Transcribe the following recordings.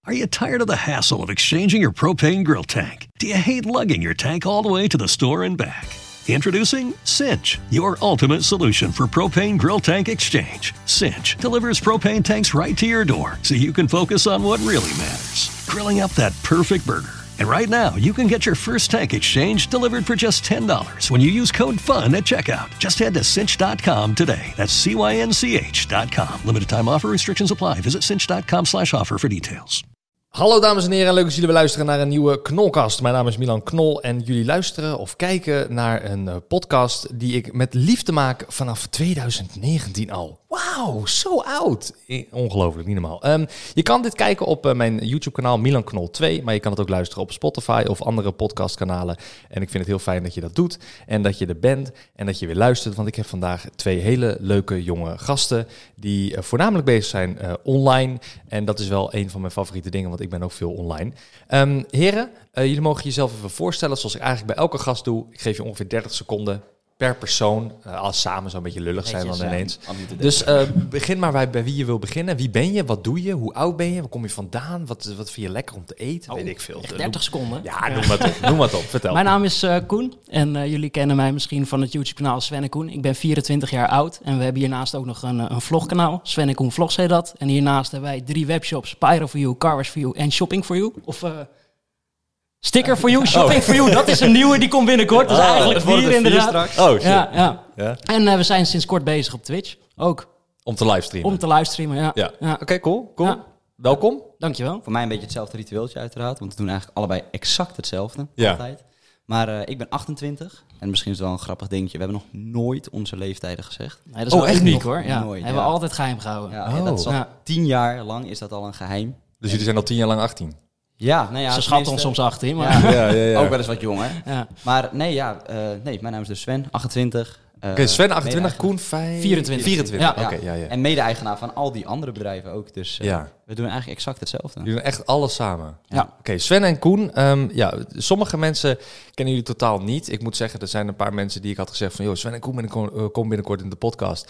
Are you tired of the hassle of exchanging your propane grill tank? Do you hate lugging your tank all the way to the store and back? Introducing Cinch, your ultimate solution for propane grill tank exchange. Cinch delivers propane tanks right to your door so you can focus on what really matters, grilling up that perfect burger. And right now, you can get your first tank exchange delivered for just $10 when you use code FUN at checkout. Just head to cinch.com today. That's CYNCH.com. Limited time offer, restrictions apply. Visit cinch.com/offer for details. Hallo dames en heren, leuk dat jullie weer luisteren naar een nieuwe Knolcast. Mijn naam is Milan Knol en jullie luisteren of kijken naar een podcast die ik met liefde maak vanaf 2019 al. Wauw, zo oud. Ongelooflijk, niet normaal. Je kan dit kijken op mijn YouTube-kanaal Milan Knol 2, maar je kan het ook luisteren op Spotify of andere podcastkanalen. En ik vind het heel fijn dat je dat doet en dat je er bent en dat je weer luistert, want ik heb vandaag 2 hele leuke jonge gasten die voornamelijk bezig zijn online. En dat is wel een van mijn favoriete dingen, want ik ben ook veel online. Heren, jullie mogen jezelf even voorstellen zoals ik eigenlijk bij elke gast doe. Ik geef je ongeveer 30 seconden per persoon. Als samen zou een beetje lullig zijn dan ineens. Dus begin maar bij wie je wil beginnen. Wie ben je? Wat doe je? Hoe oud ben je? Waar kom je vandaan? Wat vind je lekker om te eten? Weet ik veel. 30 seconden? Ja, noem maar op. Vertel. Mijn naam is Koen en jullie kennen mij misschien van het YouTube-kanaal Sven en Koen. Ik ben 24 jaar oud en we hebben hiernaast ook nog een vlogkanaal. Sven en Koen Vlogs heet dat. En hiernaast hebben wij 3 webshops. Pyro for You, Car Wash for You en Shopping for You. Of Sticker for You, Shopping for You. Dat is een nieuwe, die komt binnenkort. Dus eigenlijk 4 inderdaad. Oh shit. Ja. En we zijn sinds kort bezig op Twitch ook. Om te livestreamen? Ja. Oké, cool. Ja. Welkom. Dankjewel. Voor mij een beetje hetzelfde ritueeltje uiteraard, want we doen eigenlijk allebei exact hetzelfde. Ja. Altijd. Maar ik ben 28 en misschien is het wel een grappig dingetje. We hebben nog nooit onze leeftijden gezegd. Nee, dat is wel echt uniek niet? hoor. Ja. Nooit, Hebben we ja. altijd geheim gehouden. Ja, dat is al Ja. 10 jaar lang is dat al een geheim. Dus jullie zijn al 10 jaar lang 18? Ja, nou ja. Ze schatten ons soms 18, maar... Ja. Ook wel eens wat jonger. Ja. Maar nee, mijn naam is dus Sven, 28. Oké, Sven 28, Koen 24. Ja. Oké, ja. En mede-eigenaar van al die andere bedrijven ook. Dus we doen eigenlijk exact hetzelfde. Jullie doen echt alles samen. Ja. Oké, Sven en Koen. Sommige mensen kennen jullie totaal niet. Ik moet zeggen, er zijn een paar mensen die ik had gezegd van... Sven en Koen komen binnenkort in de podcast.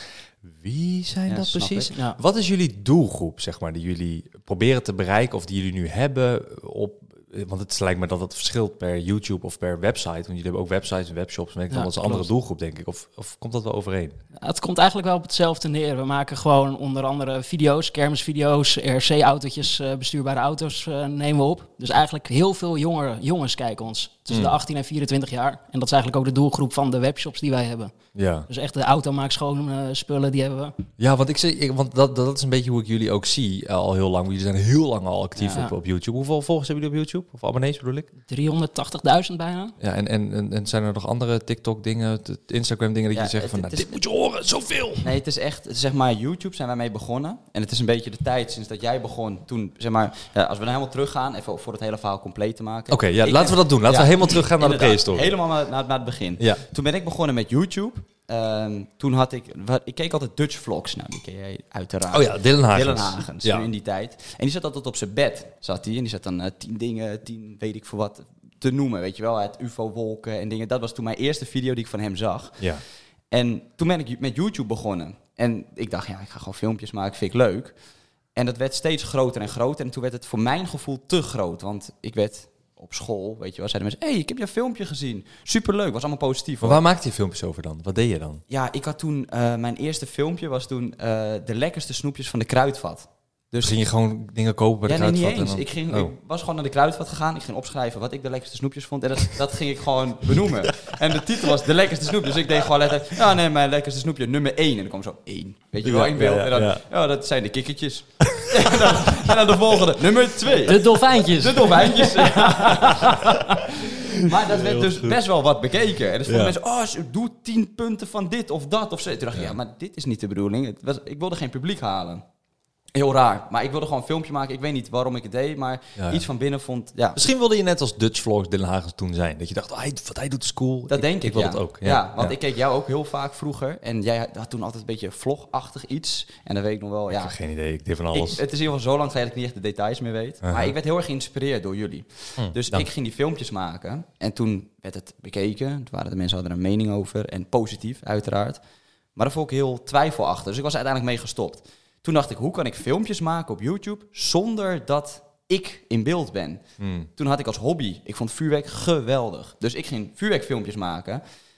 Wie zijn dat snap precies? ik. Ja. Wat is jullie doelgroep, zeg maar, die jullie proberen te bereiken... of die jullie nu hebben op... Want het lijkt me dat het verschilt per YouTube of per website. Want jullie hebben ook websites en webshops. En dat is een andere doelgroep, denk ik. Of komt dat wel overeen? Het komt eigenlijk wel op hetzelfde neer. We maken gewoon onder andere video's, kermisvideo's, RC-autootjes, bestuurbare auto's nemen we op. Dus eigenlijk heel veel jongens kijken ons. Tussen de 18 en 24 jaar. En dat is eigenlijk ook de doelgroep van de webshops die wij hebben. Ja. Dus echt de automaak schoon spullen, die hebben we. Ja, want dat is een beetje hoe ik jullie ook zie al heel lang. Jullie zijn heel lang al actief op YouTube. Hoeveel volgers hebben jullie op YouTube? Of abonnees bedoel ik? 380.000 bijna. Ja, en zijn er nog andere TikTok-dingen, Instagram-dingen dat je zegt van... dit moet je horen, zoveel! Nee, het is echt, zeg maar, YouTube zijn wij mee begonnen. En het is een beetje de tijd sinds dat jij begon. Toen, zeg maar, als we dan helemaal teruggaan, even voor het hele verhaal compleet te maken. Oké, laten we dat doen. Laten we helemaal teruggaan naar de prehistorie. Helemaal naar het begin. Ja. Toen ben ik begonnen met YouTube. Toen had ik keek altijd Dutch vlogs. Nou, die ken jij uiteraard. Oh ja, Dylan Hagens. Ja. In die tijd. En die zat altijd op zijn bed. En die zat dan 10 dingen, 10 weet ik voor wat te noemen. Weet je wel, het UFO-wolken en dingen. Dat was toen mijn eerste video die ik van hem zag. Ja. En toen ben ik met YouTube begonnen. En ik dacht, ik ga gewoon filmpjes maken, vind ik leuk. En dat werd steeds groter en groter. En toen werd het voor mijn gevoel te groot. Want ik werd op school, weet je wel, zeiden mensen... ik heb je filmpje gezien. Superleuk, was allemaal positief. Maar waar maakte je filmpjes over dan? Wat deed je dan? Ja, ik had toen... mijn eerste filmpje was toen de lekkerste snoepjes van de Kruidvat. Dus ging je gewoon dingen kopen bij de Kruidvat? Nee, niet eens. Ik was gewoon naar de Kruidvat gegaan. Ik ging opschrijven wat ik de lekkerste snoepjes vond. En dat ging ik gewoon benoemen. En de titel was de lekkerste snoepjes. Dus ik deed gewoon letterlijk... mijn lekkerste snoepje nummer 1. En dan kwam zo 1. Weet je wel, in beeld. En dan, dat zijn de kikkertjes. en dan de volgende. Nummer 2. De dolfijntjes. Maar dat werd dus best wel wat bekeken. En dus vonden mensen, doe 10 punten van dit of dat of zo. Toen dacht ik, maar dit is niet de bedoeling. Ik wilde geen publiek halen. Heel raar. Maar ik wilde gewoon een filmpje maken. Ik weet niet waarom ik het deed, maar iets van binnen vond... Ja. Misschien wilde je net als Dutch Vlogs Dylan Hagens toen zijn. Dat je dacht, wat hij doet is cool. Dat denk ik, wil het ook. Ja, want ik keek jou ook heel vaak vroeger. En jij had toen altijd een beetje vlogachtig iets. En dan weet ik nog wel... Ik heb geen idee. Ik deed van alles. Het is in ieder geval zo lang geleden dat ik niet echt de details meer weet. Maar ik werd heel erg geïnspireerd door jullie. Dus ik ging die filmpjes maken. En toen werd het bekeken. Toen waren de mensen hadden er een mening over. En positief, uiteraard. Maar daar vond ik heel twijfelachtig. Dus ik was uiteindelijk mee gestopt. Toen dacht ik, hoe kan ik filmpjes maken op YouTube zonder dat ik in beeld ben. Toen had ik als hobby, ik vond vuurwerk geweldig. Dus ik ging vuurwerkfilmpjes maken.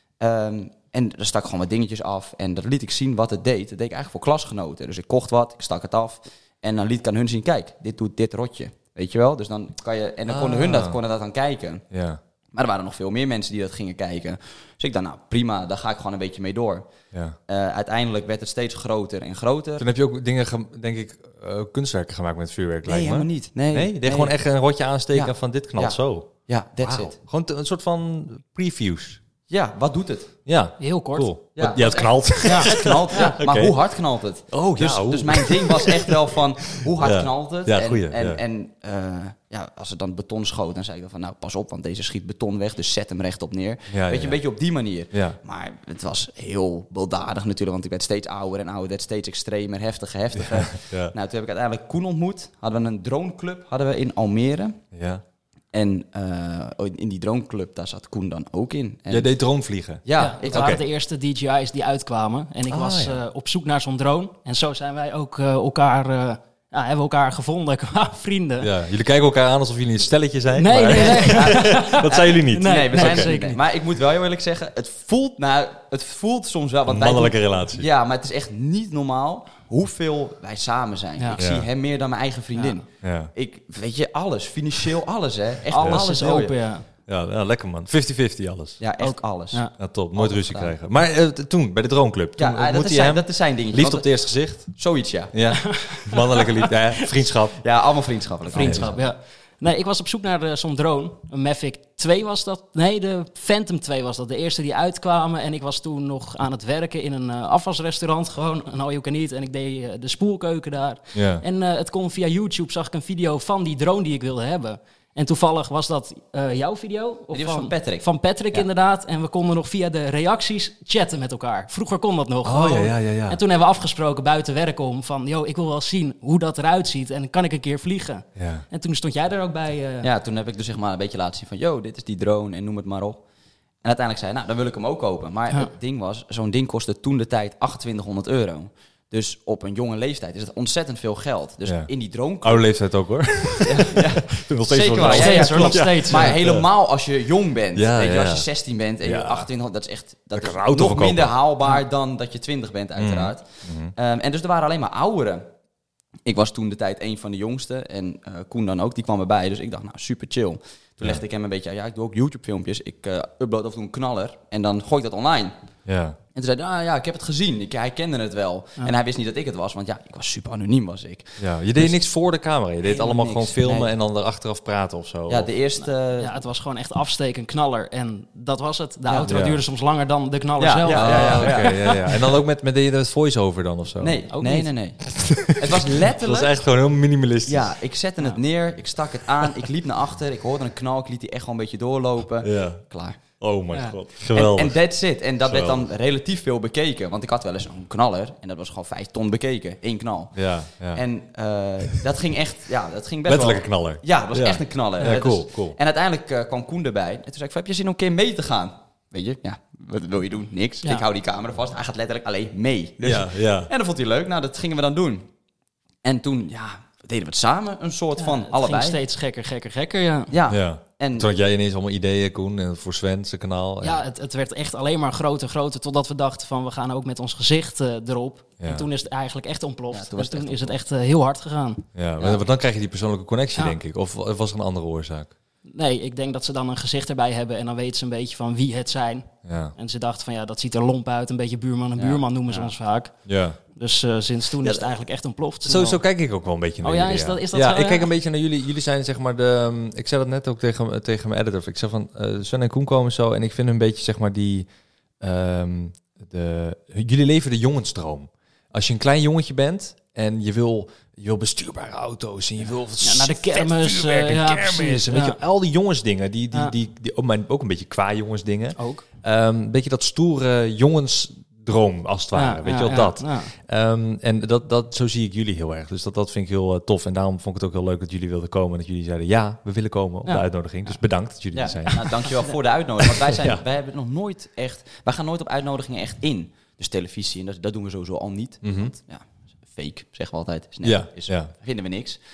En daar stak ik gewoon wat dingetjes af. En dat liet ik zien wat het deed. Dat deed ik eigenlijk voor klasgenoten. Dus ik kocht wat, ik stak het af. En dan liet ik aan hun zien, kijk, dit doet dit rotje. Weet je wel? Dus dan kan je... En dan konden hun dat dan kijken. Ja. Maar er waren nog veel meer mensen die dat gingen kijken. Dus ik dacht, nou prima, daar ga ik gewoon een beetje mee door. Ja. Uiteindelijk werd het steeds groter en groter. Toen heb je ook dingen, denk ik, kunstwerken gemaakt met vuurwerk, lijkt me. helemaal niet. Nee, Je deed gewoon echt een rotje aansteken Ja. van dit knalt zo. Ja, that's Wauw. it. Gewoon een soort van previews. Ja, wat doet het? Ja, Heel kort. cool. Ja, Ja, het knalt. Ja, het knalt. Ja. Maar Oké. hoe hard knalt het? Oh, Dus, ja, hoe? dus mijn ding was echt wel van, hoe hard Ja. knalt het? Ja, En- goeie, En, ja. als het dan beton schoot, dan zei ik dan van, nou pas op, want deze schiet beton weg, dus zet hem rechtop neer. Ja, Weet je, ja. een beetje op die manier. Ja. Maar het was heel baldadig natuurlijk, want ik werd steeds ouder en ouder, werd steeds extremer, heftiger. Ja. Nou, toen heb ik uiteindelijk Koen ontmoet. Hadden we een droneclub in Almere. Ja. En in die droneclub, daar zat Koen dan ook in. En Jij deed droomvliegen. Ja, ik het waren de eerste DJI's die uitkwamen. En ik was op zoek naar zo'n drone. En zo zijn wij ook hebben elkaar gevonden qua vrienden. Ja. Jullie kijken elkaar aan alsof jullie een stelletje zijn. Nee, maar nee. dat zijn jullie niet. Nee. we zijn zeker nee. niet. Maar ik moet wel heel eerlijk zeggen, het voelt soms wel... Een Want wij mannelijke doen- relatie. Ja, maar het is echt niet normaal hoeveel wij samen zijn. Ja. Ik Ja. zie hem meer dan mijn eigen vriendin. Ja. Weet je, alles. Financieel alles, hè. Echt Alles is wil je. open, ja. Ja, lekker man. 50-50 alles. Ja, echt Ook. alles. Ja. Ja, top. Nooit Alles ruzie gedaan. krijgen. Maar toen, bij de Droomclub. Toen Ja, dat ontmoette is, je hem. dat is zijn dingetje. Liefde Want- op het eerste gezicht. Zoiets, ja. Ja. Mannelijke liefde. Ja, vriendschap. Ja, allemaal vriendschappelijk. Vriendschap, ja. Nee, ik was op zoek naar zo'n drone. Een Mavic 2 was dat. Nee, de Phantom 2 was dat. De eerste die uitkwamen. En ik was toen nog aan het werken in een afwasrestaurant. Gewoon een all you can eat. En ik deed de spoelkeuken daar. Ja. En het kon via YouTube, zag ik een video van die drone die ik wilde hebben. En toevallig was dat jouw video. Of Die was van Patrick. Van Patrick, Ja. inderdaad. En we konden nog via de reacties chatten met elkaar. Vroeger kon dat nog. Oh, gewoon. ja. En toen hebben we afgesproken buiten werk om van... ik wil wel zien hoe dat eruit ziet. En kan ik een keer vliegen? Ja. En toen stond jij er ook bij. Ja, toen heb ik dus zeg maar een beetje laten zien van... yo, dit is die drone en noem het maar op. En uiteindelijk zei hij, nou, dan wil ik hem ook kopen. Maar Ja. het ding was, zo'n ding kostte toen de tijd 2800 euro. Dus op een jonge leeftijd is het ontzettend veel geld. Dus Ja. in die drone... Oude leeftijd ook hoor. Nog steeds Zeker wel wel, geld. ja, Nog steeds hoor, nog klopt. steeds. Maar ja. helemaal als je jong bent. Ja, weet je, ja, als ja. je 16 bent en je Ja. 2800, dat is echt dat kan is een auto nog verkopen. minder haalbaar dan dat je 20 bent, uiteraard. En dus er waren alleen maar ouderen. Ik was toen de tijd een van de jongsten en Koen dan ook, die kwam erbij. Dus ik dacht, nou, super chill. Toen legde ik hem een beetje uit, ja, ik doe ook YouTube-filmpjes. Ik upload af en toe een knaller en dan gooi ik dat online. Ja. En toen zei hij, ja, ik heb het gezien. Hij kende het wel. En hij wist niet dat ik het was, want ja, ik was super anoniem, was ik. Ja. Je deed niks voor de camera. Je deed Helemaal allemaal niks. gewoon filmen Nee. en dan er achteraf praten of zo. Ja, de eerste... Ja, het was gewoon echt afsteken, een knaller. En dat was het. De outro Ja. duurde soms langer dan de knaller Ja, zelf. ja. Ah, oké, ja. En dan ook met deed je dat voice-over dan of zo? Nee, Ook nee, niet. nee. Het was Dat letterlijk... was echt gewoon heel minimalistisch. Ja, ik zette het neer, ik stak het aan, ik liep naar achter, ik hoorde een knal, ik liet die echt gewoon een beetje doorlopen. Ja. Klaar. Oh mijn Ja. god. Geweldig. En that's it. En dat werd dan Geweldig. relatief veel bekeken. Want ik had wel eens een knaller en dat was gewoon 5 ton bekeken. 1 knal. Ja, ja. En dat ging echt, ja, dat ging best Letterlijke wel... knaller. Ja, dat was Ja. echt een knaller. Ja, Het cool, is- cool. En uiteindelijk kwam Koen erbij. En toen zei ik, heb je zin om een keer mee te gaan? Weet je, ja, wat wil je doen? Niks. Ja. Ik hou die camera vast. Hij gaat letterlijk alleen mee. Dus, Ja, ja. En dat vond hij leuk. Nou, dat gingen we dan doen. En toen, ja, deden we het samen. Een soort van Het allebei. ging steeds gekker, ja. Ja. Ja. En Toen had jij ineens allemaal ideeën, Koen, en voor Sven, zijn kanaal. Ja, het werd echt alleen maar groter, totdat we dachten van we gaan ook met ons gezicht erop. Ja. En toen is het eigenlijk echt ontploft. Ja, toen toen was het echt is het echt heel hard gegaan. Ja, want dan krijg je die persoonlijke connectie, Ja. denk ik. Of was er een andere oorzaak? Nee, ik denk dat ze dan een gezicht erbij hebben en dan weten ze een beetje van wie het zijn. Ja. En ze dachten van ja, dat ziet er lomp uit, een beetje buurman en Ja. buurman noemen ze ons vaak. Ja. Dus sinds toen is het eigenlijk echt ontploft. Zo kijk ik ook wel een beetje naar Oh ja, jullie. is dat ja, zo, ik kijk ja? een beetje naar jullie. Jullie zijn zeg maar de... Ik zei dat net ook tegen mijn editor. Ik zei van, Sven en Koen komen zo en ik vind een beetje zeg maar die... jullie leven de jongensdroom. Als je een klein jongetje bent en je wil bestuurbare auto's en je wil naar de vet kermis, vuurwerk en ja, kermis. precies, En weet ja. je, al die jongensdingen, Ja. ook een beetje qua jongensdingen. Ook. Een beetje dat stoere jongensdroom, als het ware. Weet je wel, dat. Ja. En zo zie ik jullie heel erg. Dus dat vind ik heel tof. En daarom vond ik het ook heel leuk dat jullie wilden komen. En dat jullie zeiden, ja, we willen komen op Ja. de uitnodiging. Dus bedankt dat jullie ja, er zijn. nou, dankjewel voor de uitnodiging. Want Ja. wij hebben nog nooit echt... Wij gaan nooit op uitnodigingen echt in. Dus televisie, en dat doen we sowieso al niet. Mhm. Want, ja, fake, zeggen we altijd. Is net, Ja, is, ja. Vinden we niks.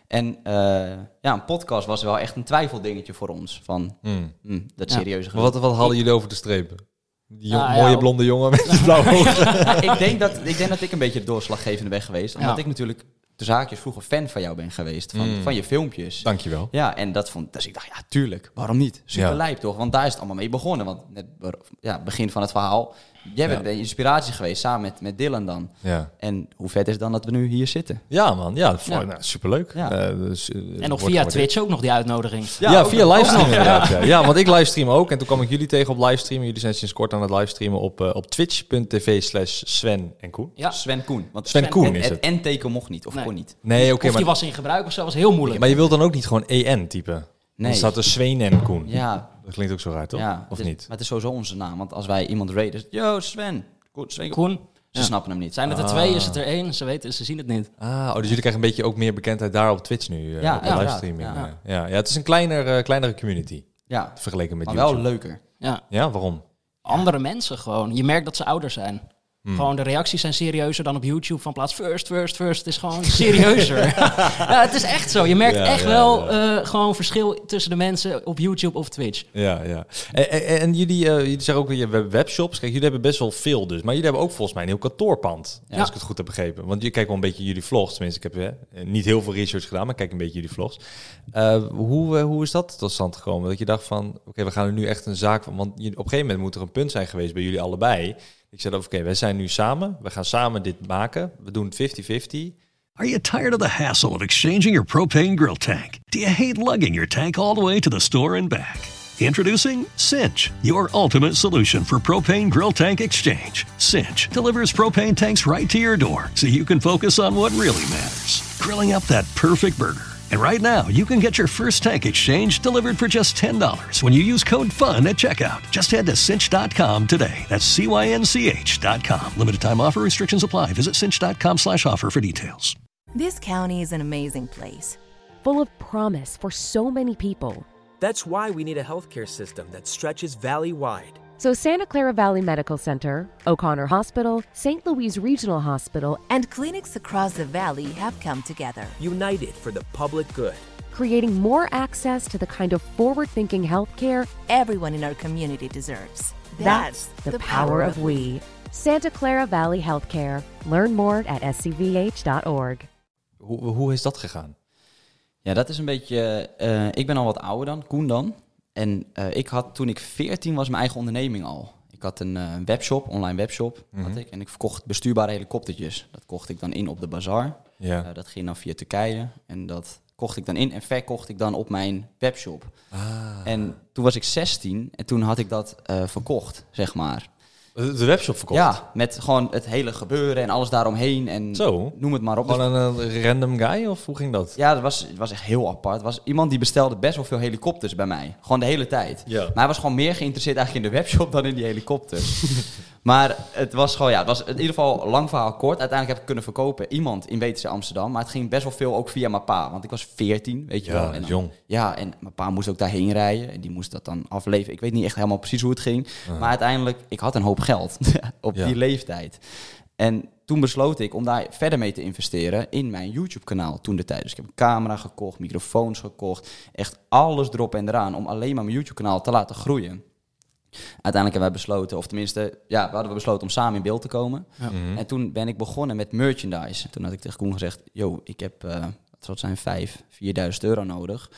En een podcast was wel echt een twijfeldingetje voor ons. Van dat serieuze Maar wat hadden jullie over de strepen? Die mooie ja. blonde jongen met blauwe ogen. ik denk dat ik een beetje de doorslaggevende ben geweest. Omdat ik natuurlijk de zaakjes vroeger fan van jou ben geweest. Van je filmpjes. Dankjewel. Ja, en dus ik dacht, ja, tuurlijk. Waarom niet? Super lijp, toch? Want daar is het allemaal mee begonnen. Want net begin van het verhaal. Jij bent de inspiratie geweest, samen met Dylan dan. Ja. En hoe vet is dan dat we nu hier zitten? Ja, man. Ja, superleuk. Ja. En nog via Twitch ook nog die uitnodiging. Ja, via livestream inderdaad. Ja, want ik livestream ook. En toen kwam ik jullie tegen op livestream. Jullie zijn sinds kort aan het livestreamen op twitch.tv/Sven en Koen. Ja. Sven Koen. Want Sven Koen is het. Het N-teken mocht niet, of kon niet. Nee, oké. Of die was in gebruik of zo, was heel moeilijk. Maar je wilt dan ook niet gewoon EN typen? Nee. Dan staat er Sven en Koen. Ja. Dat klinkt ook zo raar, toch? Ja, of niet? Maar het is sowieso onze naam. Want als wij iemand raiden, yo, Sven Koen. Ze snappen hem niet. Zijn het er 2, is het er 1? Ze zien het niet. Dus jullie krijgen een beetje ook meer bekendheid daar op Twitch nu. Op de livestreaming. Ja, het is een kleinere community. Ja. Vergeleken met maar YouTube. wel leuker. Ja, waarom? Andere mensen gewoon. Je merkt dat ze ouder zijn. Gewoon de reacties zijn serieuzer dan op YouTube van plaats first. Het is gewoon serieuzer. Ja, het is echt zo. Je merkt wel gewoon verschil tussen de mensen op YouTube of Twitch. Ja. En jullie zeggen ook weer webshops. Kijk, jullie hebben best wel veel dus. Maar jullie hebben ook volgens mij een heel kantoorpand. Als ik het goed heb begrepen. Want je kijkt wel een beetje jullie vlogs. Tenminste, ik heb niet heel veel research gedaan, maar ik kijk een beetje jullie vlogs. Hoe is dat tot stand gekomen? Dat je dacht van, oké, we gaan er nu echt een zaak van. Want op een gegeven moment moet er een punt zijn geweest bij jullie allebei. Ik zei, oké, wij zijn nu samen. We gaan samen dit maken. We doen 50-50. Are you tired of the hassle of exchanging your propane grill tank? Do you hate lugging your tank all the way to the store and back? Introducing Cinch, your ultimate solution for propane grill tank exchange. Cinch delivers propane tanks right to your door so you can focus on what really matters, grilling up that perfect burger. And right now, you can get your first tank exchange delivered for just $10 when you use code FUN at checkout. Just head to cinch.com today. That's CYNCH.com. Limited time offer, restrictions apply. Visit cinch.com/offer for details. This county is an amazing place. Full of promise for so many people. That's why we need a healthcare system that stretches valley-wide. So Santa Clara Valley Medical Center, O'Connor Hospital, St. Louis Regional Hospital, And clinics across the valley have come together. United for the public good. creating more access to the kind of forward-thinking healthcare Everyone in our community deserves. that's the power of we. Santa Clara Valley Healthcare. Learn more at scvh.org. Hoe is dat gegaan? Ja, dat is een beetje... ik ben al wat ouder dan, Koen dan. En ik had toen ik 14 was mijn eigen onderneming al. Ik had een webshop, online webshop had ik. En ik verkocht bestuurbare helikoptertjes. Dat kocht ik dan in op de bazaar. Ja. Dat ging dan via Turkije. En dat kocht ik dan in en verkocht ik dan op mijn webshop. En toen was ik 16 en toen had ik dat verkocht, zeg maar. De webshop verkocht? Ja, met gewoon het hele gebeuren en alles daaromheen. En Zo? noem het maar op. Gewoon een random guy of hoe ging dat? Ja, het was echt heel apart. Het was iemand die bestelde best wel veel helikopters bij mij. Gewoon de hele tijd. Ja. Maar hij was gewoon meer geïnteresseerd eigenlijk in de webshop dan in die helikopters. Maar het was gewoon, het was in ieder geval lang verhaal kort. Uiteindelijk heb ik kunnen verkopen. Iemand in WTC Amsterdam. Maar het ging best wel veel ook via mijn pa. Want ik was 14, weet je Ja, wel. En dan, jong. Ja, en mijn pa moest ook daarheen rijden. En die moest dat dan afleveren. Ik weet niet echt helemaal precies hoe het ging. Maar uiteindelijk, ik had een hoop geld op die leeftijd. En toen besloot ik om daar verder mee te investeren in mijn YouTube-kanaal toen de tijd. Dus ik heb een camera gekocht, microfoons gekocht. Echt alles erop en eraan om alleen maar mijn YouTube-kanaal te laten groeien. Uiteindelijk hebben wij besloten, of tenminste, we hadden besloten om samen in beeld te komen. Ja. En toen ben ik begonnen met merchandise. Toen had ik tegen Koen gezegd, ik heb, wat zal het zijn, 4.000 euro nodig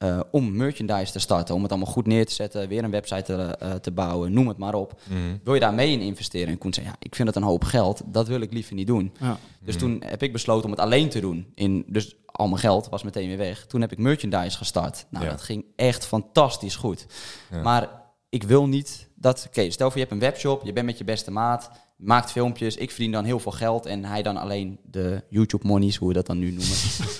om merchandise te starten. Om het allemaal goed neer te zetten, weer een website te bouwen, noem het maar op. Wil je daar mee in investeren? En Koen zei, ik vind het een hoop geld, dat wil ik liever niet doen. Ja. Dus toen heb ik besloten om het alleen te doen. Dus al mijn geld was meteen weer weg. Toen heb ik merchandise gestart. Nou, dat ging echt fantastisch goed. Ja. Maar ik wil niet dat... Oké, stel voor je hebt een webshop, je bent met je beste maat, maakt filmpjes, ik verdien dan heel veel geld en hij dan alleen de YouTube monies, hoe we dat dan nu noemen.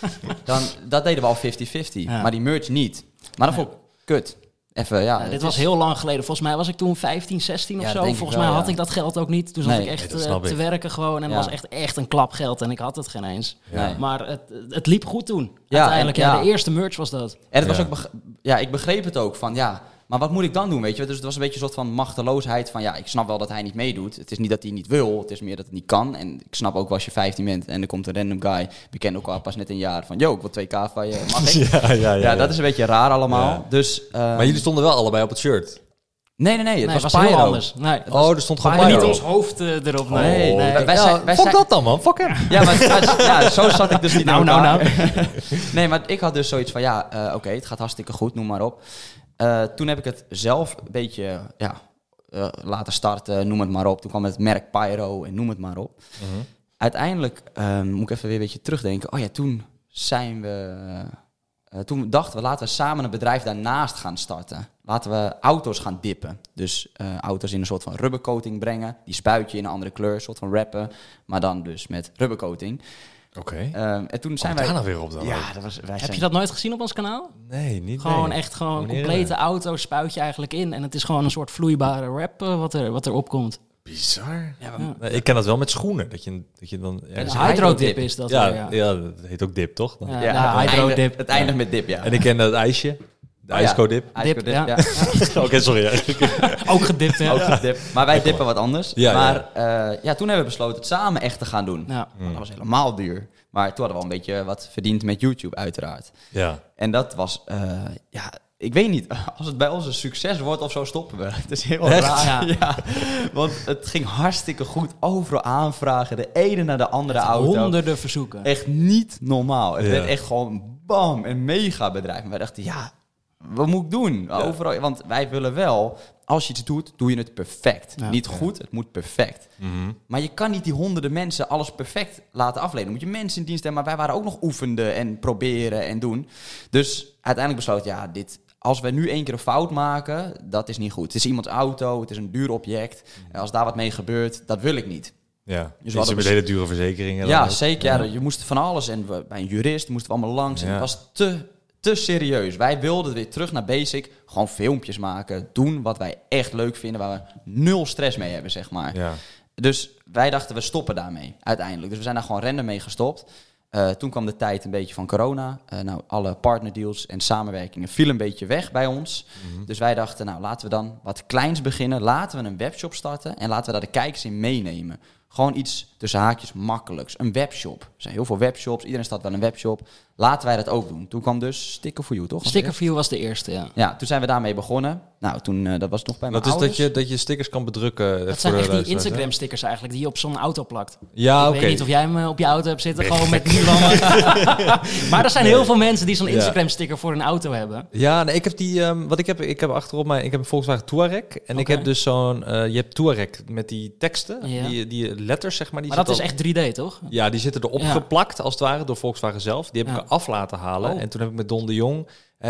Dat deden we al 50-50, maar die merch niet. Maar dat vond ik kut. Even, dit was heel lang geleden. Volgens mij was ik toen 15, 16 of zo. Volgens mij had ik dat geld ook niet. Toen zat ik echt te werken gewoon. En dat was echt een klap geld. En ik had het geen eens. Ja. Maar het liep goed toen. Uiteindelijk, de eerste merch was dat. En het was ook... ik begreep het ook van, Maar wat moet ik dan doen, weet je? Dus het was een beetje een soort van machteloosheid van... ja, ik snap wel dat hij niet meedoet. Het is niet dat hij niet wil, het is meer dat het niet kan. En ik snap ook wel als je 15 bent en er komt een random guy... we kennen elkaar pas net een jaar van... yo, ik wil 2K van je, mag ik? Ja, dat is een beetje raar allemaal. Ja. Dus, Maar jullie stonden wel allebei op het shirt. Nee, het was heel Pyro. anders. Nee, Er stond gewoon maar niet Pyro. ons hoofd erop. Nee. Wij fuck dat dan, man. Fuck hem. Ja, maar zo zat ik dus niet in elkaar. Nou. Nee, maar ik had dus zoiets van, oké, het gaat hartstikke goed, noem maar op. Toen heb ik het zelf een beetje laten starten, noem het maar op. Toen kwam het merk Pyro en noem het maar op. Uiteindelijk moet ik even weer een beetje terugdenken. Oh ja, toen zijn we... toen dachten we, laten we samen een bedrijf daarnaast gaan starten. Laten we auto's gaan dippen. Dus auto's in een soort van rubbercoating brengen. Die spuit je in een andere kleur, een soort van rappen. Maar dan dus met rubbercoating. Oké. En toen zijn Daar wij... nou weer op dan. Ja, dat was... Heb je dat nooit gezien op ons kanaal? Nee, niet. Gewoon echt gewoon een complete auto spuit je eigenlijk in. En het is gewoon een soort vloeibare wrap wat erop komt. Bizar. Ja. Nee, ik ken dat wel met schoenen. Dat je dan... Een Ja, hydrodip is dat. ja, dat heet ook dip, toch? Dan. Ja, hydrodip. Het eindigt met dip, ja. En ik ken dat ijsje. De ijsco-dip. Dip, ja. Oké, sorry. Ook gedipt, hè? Ook gedipt. Maar wij dippen wat anders. Ja, maar toen hebben we besloten het samen echt te gaan doen. Ja. Dat was helemaal duur. Maar toen hadden we al een beetje wat verdiend met YouTube uiteraard. Ja. En dat was, ik weet niet, als het bij ons een succes wordt of zo, stoppen we. Het is heel raar. Ja. Want het ging hartstikke goed. Overal aanvragen, de ene naar de andere auto. Honderden verzoeken. Echt niet normaal. Het werd echt gewoon bam, een mega bedrijf. En wij dachten, wat moet ik doen? Overal, want wij willen wel, als je iets doet, doe je het perfect. Ja. Niet goed, het moet perfect. Maar je kan niet die honderden mensen alles perfect laten afleveren. Dan moet je mensen in dienst hebben. Maar wij waren ook nog oefenden en proberen en doen. Dus uiteindelijk besloot, als we nu 1 keer een fout maken, dat is niet goed. Het is iemands auto, het is een duur object. En als daar wat mee gebeurt, dat wil ik niet. Ja, Dus dus met hele dure verzekeringen. Ja, dan ook. zeker. Ja, je moest van alles. En bij een jurist moesten we allemaal langs. En het was te serieus. Wij wilden weer terug naar basic. Gewoon filmpjes maken. Doen wat wij echt leuk vinden. Waar we 0 stress mee hebben, zeg maar. Ja. Dus wij dachten, we stoppen daarmee uiteindelijk. Dus we zijn daar gewoon random mee gestopt. Toen kwam de tijd een beetje van corona. Alle partnerdeals en samenwerkingen vielen een beetje weg bij ons. Dus wij dachten, laten we dan wat kleins beginnen. Laten we een webshop starten. En laten we daar de kijkers in meenemen. Gewoon iets tussen haakjes makkelijks. Een webshop. Er zijn heel veel webshops. Iedereen staat wel een webshop. Laten wij dat ook doen. Toen kwam dus Sticker for You, toch? Sticker for You was de eerste, ja. Ja, toen zijn we daarmee begonnen. Nou, toen, dat was nog bij mijn Dat is ouders. dat je stickers kan bedrukken. Dat zijn echt die Instagram stickers eigenlijk, die je op zo'n auto plakt. Ja, Ik weet niet of jij hem op je auto hebt zitten, gewoon met Milan. Maar er zijn heel veel mensen die zo'n Instagram sticker voor een auto hebben. Ja, nee, ik heb die, ik heb achterop ik heb een Volkswagen Touareg. En ik heb dus zo'n, je hebt Touareg met die teksten, Ja. die letters, zeg maar. Die Maar dat is zitten echt 3D, toch? Ja, die zitten erop geplakt, als het ware, door Volkswagen zelf. Die heb ik eraf laten halen. En toen heb ik met Don de Jong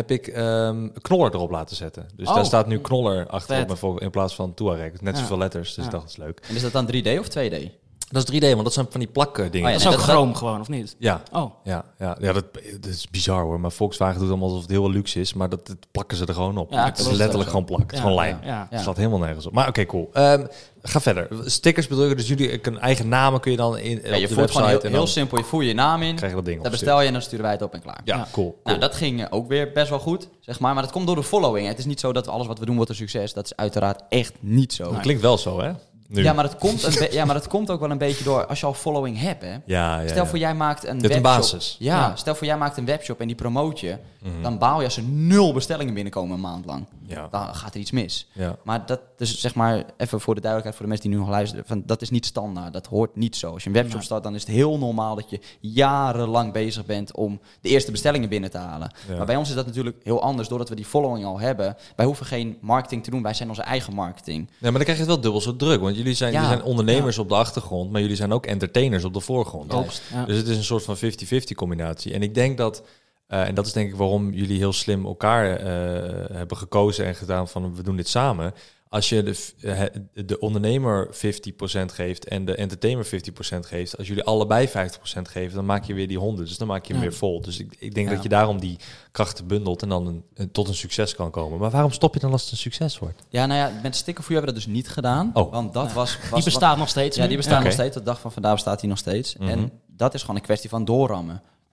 Knoller erop laten zetten. Dus daar staat nu Knoller achterop in plaats van Touareg. Net zoveel letters, dus ik dacht, dat is leuk. En is dat dan 3D of 2D? Dat is 3D, want dat zijn van die plakdingen. Dat is ook chroom gewoon, of niet? Ja. Oh. Ja, dat is bizar hoor. Maar Volkswagen doet allemaal alsof het heel luxe is, maar dat plakken ze er gewoon op. Ja, het is letterlijk gewoon plak. Het is gewoon lijm. Het slaat helemaal nergens op. Maar oké, cool. Ga verder. Stickers bedrukken, dus jullie een eigen namen kun je dan in op je de voert gewoon website. heel simpel, je voer je naam in, krijg je dat ding dan bestel je en dan sturen wij het op en klaar. Ja, cool. Nou, dat ging ook weer best wel goed, zeg maar. Maar dat komt door de following. Het is niet zo dat alles wat we doen wordt een succes. Dat is uiteraard echt niet zo. Dat klinkt wel zo, hè? Nu. Ja, maar dat komt ook wel een beetje door als je al following hebt, hè. Stel voor jij maakt een webshop. Een basis. Ja, stel voor jij maakt een webshop en die promoot je. Dan baal je als er 0 bestellingen binnenkomen een maand lang. Ja. Dan gaat er iets mis. Ja. Maar dat is zeg maar, even voor de duidelijkheid voor de mensen die nu nog luisteren. Dat is niet standaard. Dat hoort niet zo. Als je een webshop start, dan is het heel normaal dat je jarenlang bezig bent om de eerste bestellingen binnen te halen. Ja. Maar bij ons is dat natuurlijk heel anders, doordat we die following al hebben. Wij hoeven geen marketing te doen. Wij zijn onze eigen marketing. Nee, maar dan krijg je het wel dubbel zo druk. Want jullie zijn ondernemers op de achtergrond, maar jullie zijn ook entertainers op de voorgrond. Ja. Dus het is een soort van 50-50 combinatie. En ik denk dat, en dat is denk ik waarom jullie heel slim elkaar hebben gekozen en gedaan van we doen dit samen. Als je de ondernemer 50% geeft en de entertainer 50% geeft, als jullie allebei 50% geven, dan maak je weer die 100. Dus dan maak je hem weer vol. Dus ik denk dat je daarom die krachten bundelt en dan tot een succes kan komen. Maar waarom stop je dan als het een succes wordt? Ja, nou ja, met Sticker for You hebben we dat dus niet gedaan. Want dat was die bestaat nog steeds. Ja, die bestaat nog steeds. Tot de dag van vandaag bestaat die nog steeds. En dat is gewoon een kwestie van doorrammen.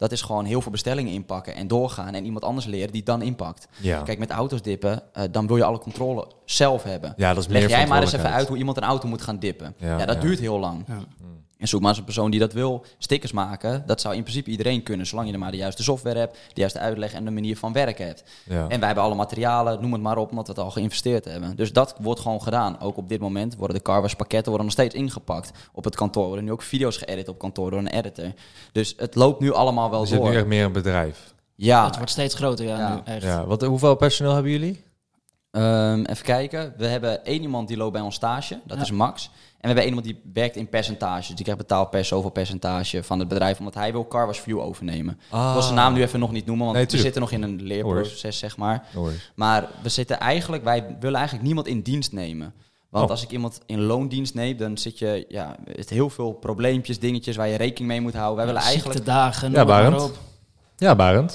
dat is gewoon heel veel bestellingen inpakken en doorgaan en iemand anders leren die het dan inpakt. Ja. Kijk, met auto's dippen, dan wil je alle controle zelf hebben. Ja, dat is meer Leg jij maar eens even verantwoordelijkheid. uit hoe iemand een auto moet gaan dippen. Ja, Dat ja. duurt heel lang. Ja. En zoek maar eens een persoon die dat wil. Stickers maken, dat zou in principe iedereen kunnen, zolang je er maar de juiste software hebt, de juiste uitleg en de manier van werken hebt. Ja. En wij hebben alle materialen, noem het maar op, omdat we het al geïnvesteerd hebben. Dus dat wordt gewoon gedaan. Ook op dit moment worden de Carwash pakketten worden nog steeds ingepakt op het kantoor. Er worden nu ook video's geëdit op kantoor door een editor. Dus het loopt nu allemaal wel Dus je hebt door. nu echt meer een bedrijf. Ja, Het wordt steeds groter, Ja. nu echt. Ja, hoeveel personeel hebben jullie? even kijken. We hebben 1 iemand die loopt bij ons stage, dat Ja. is Max. En we hebben 1 iemand die werkt in percentages. Die krijgt betaald per zoveel percentage van het bedrijf, omdat hij wil Carwash View overnemen. Ik wil zijn naam nu even nog niet noemen, want Nee, we tuurlijk. zitten nog in een leerproces, zeg maar. Hoor. Maar wij willen eigenlijk niemand in dienst nemen. Want Oh. als ik iemand in loondienst neem, dan zit je met heel veel probleempjes, dingetjes waar je rekening mee moet houden. Wij willen eigenlijk... Ziektedagen, Ja, noem maar Barend. op. Ja, Barend.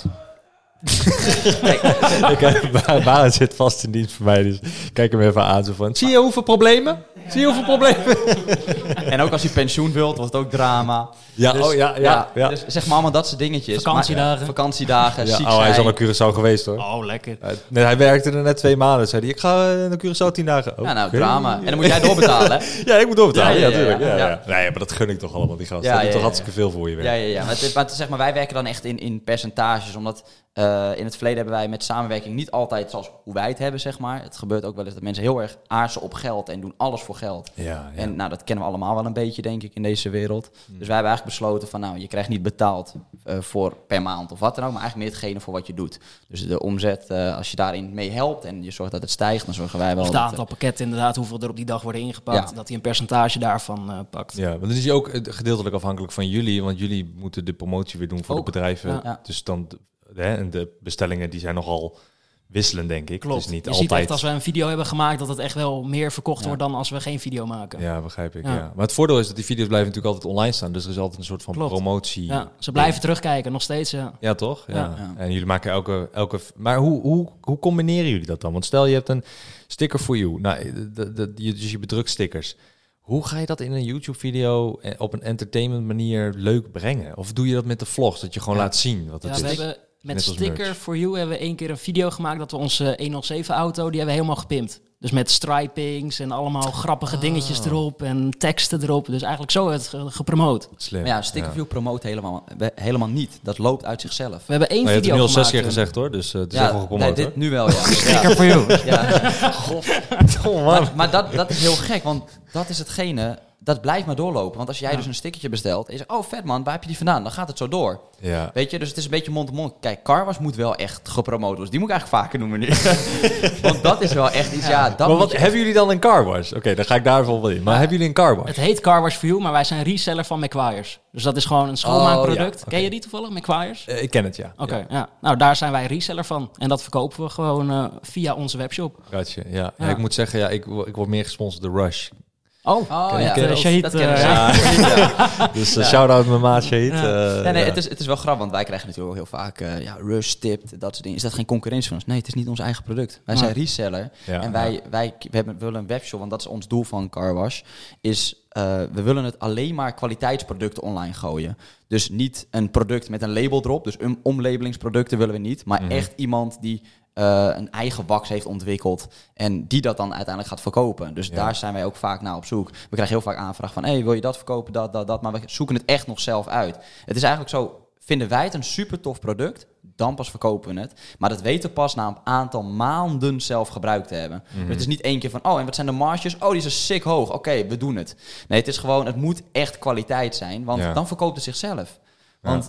Barend zit vast in dienst voor mij, dus kijk hem even aan. Zo van, zie je hoeveel problemen? En ook als je pensioen wilt, wordt het ook drama. Ja, Dus, ja. Dus zeg maar allemaal dat soort dingetjes. Vakantiedagen. Maar, vakantiedagen, Ja, ziek hij is zijn. al naar Curaçao geweest hoor. Oh, lekker. Nee, hij werkte er net 2 maanden. Zei hij, ik ga naar Curaçao 10 dagen. Ja, nou, Oké. drama. En dan moet jij doorbetalen, hè? Ja, ik moet doorbetalen. Ja, Ja, ja, ja, tuurlijk. ja. Ja. Nee, maar dat gun ik toch allemaal, die gasten. Ja, Dat is ja, toch ja. hartstikke veel voor je werk. Ja. Maar zeg maar, wij werken dan echt in percentages, omdat in het verleden hebben wij met samenwerking niet altijd zoals hoe wij het hebben, zeg maar. Het gebeurt ook wel eens dat mensen heel erg aarzen op geld en doen alles voor geld. Ja. En nou, dat kennen we allemaal wel een beetje, denk ik, in deze wereld. Dus wij hebben eigenlijk besloten van, nou, je krijgt niet betaald voor per maand of wat dan ook, maar eigenlijk meer hetgene voor wat je doet. Dus de omzet, als je daarin mee helpt en je zorgt dat het stijgt, dan zorgen wij wel Of het dat... aantal pakketten inderdaad, hoeveel er op die dag worden ingepakt. Ja. Dat hij een percentage daarvan pakt. Ja, want dan is hij ook gedeeltelijk afhankelijk van jullie, want jullie moeten de promotie weer doen voor Ook, de bedrijven. ja. Dus dan, en de bestellingen die zijn nogal wisselend, denk ik. Klopt. Dus niet je altijd... ziet echt als we een video hebben gemaakt dat het echt wel meer verkocht Ja. wordt dan als we geen video maken. Ja, begrijp ik. Ja. Ja. Maar het voordeel is dat die video's blijven natuurlijk altijd online staan, dus er is altijd een soort van Klopt. promotie. Ja, ze blijven terugkijken, nog steeds. Ja. Ja, toch? Ja. Ja. En jullie maken elke... Maar hoe combineren jullie dat dan? Want stel je hebt een sticker for you. Nou, dus je bedrukt stickers. Hoe ga je dat in een YouTube-video op een entertainment manier leuk brengen? Of doe je dat met de vlogs, dat je gewoon laat zien wat het Ja, we is? hebben met Net als Sticker merch. for You hebben we 1 keer een video gemaakt dat we onze 107-auto, die hebben we helemaal gepimpt. Dus met stripings en allemaal grappige dingetjes erop en teksten erop. Dus eigenlijk zo het gepromoot. Slim. Maar ja, Stickerview promoot helemaal niet. Dat loopt uit zichzelf. We hebben 1 Maar je hebt video het nu al 6 gemaakt. keer gezegd hoor, dus het is Ja, echt wel gepromoot. nee, hoor. dit nu wel, ja. Sticker for You. Ja. Oh, man. Maar dat is heel gek, want dat is hetgene... Dat blijft maar doorlopen. Want als jij dus een stickertje bestelt en je zegt, oh vet man, waar heb je die vandaan? Dan gaat het zo door. Ja. Weet je, dus het is een beetje mond-to-mond. Kijk, Carwash moet wel echt gepromoot worden. Die moet ik eigenlijk vaker noemen nu. Want dat is wel echt iets, ja... Dat Maar moet wat je hebben jullie dan een carwash? Oké, dan ga ik daar bijvoorbeeld in. Maar hebben jullie een carwash? Het heet Carwash for You, maar wij zijn reseller van McQuires. Dus dat is gewoon een schoonmaakproduct. Oh, ja, oké. Ken je die toevallig, McQuires? Ik ken het, ja. Oké, ja. Nou daar zijn wij reseller van. En dat verkopen we gewoon via onze webshop. Ratje, ja. Ja. Ik moet zeggen, ja, ik word meer gesponsord door Rush. Oh, Oh, ken ja. ik, Shahid, Dat ken ik. ja. Dus shout-out mijn maat Shahid. Ja, nee, het is wel grappig, want wij krijgen natuurlijk ook heel vaak Rush tipt, dat soort dingen. Is dat geen concurrentie van ons? Nee, het is niet ons eigen product. Wij zijn reseller Ja, en we willen een webshop, want dat is ons doel van Carwash, is we willen het alleen maar kwaliteitsproducten online gooien. Dus niet een product met een label erop, dus omlabelingsproducten willen we niet, maar echt iemand die een eigen wax heeft ontwikkeld en die dat dan uiteindelijk gaat verkopen. Dus daar zijn wij ook vaak naar op zoek. We krijgen heel vaak aanvraag van, hey, wil je dat verkopen, dat, maar we zoeken het echt nog zelf uit. Het is eigenlijk zo, vinden wij het een super tof product, dan pas verkopen we het. Maar dat weten we pas na een aantal maanden zelf gebruikt te hebben. Dus het is niet 1 keer van, oh, en wat zijn de marges? Oh, die is sick hoog. Oké, we doen het. Nee, het is gewoon, het moet echt kwaliteit zijn, want dan verkoopt het zichzelf. Want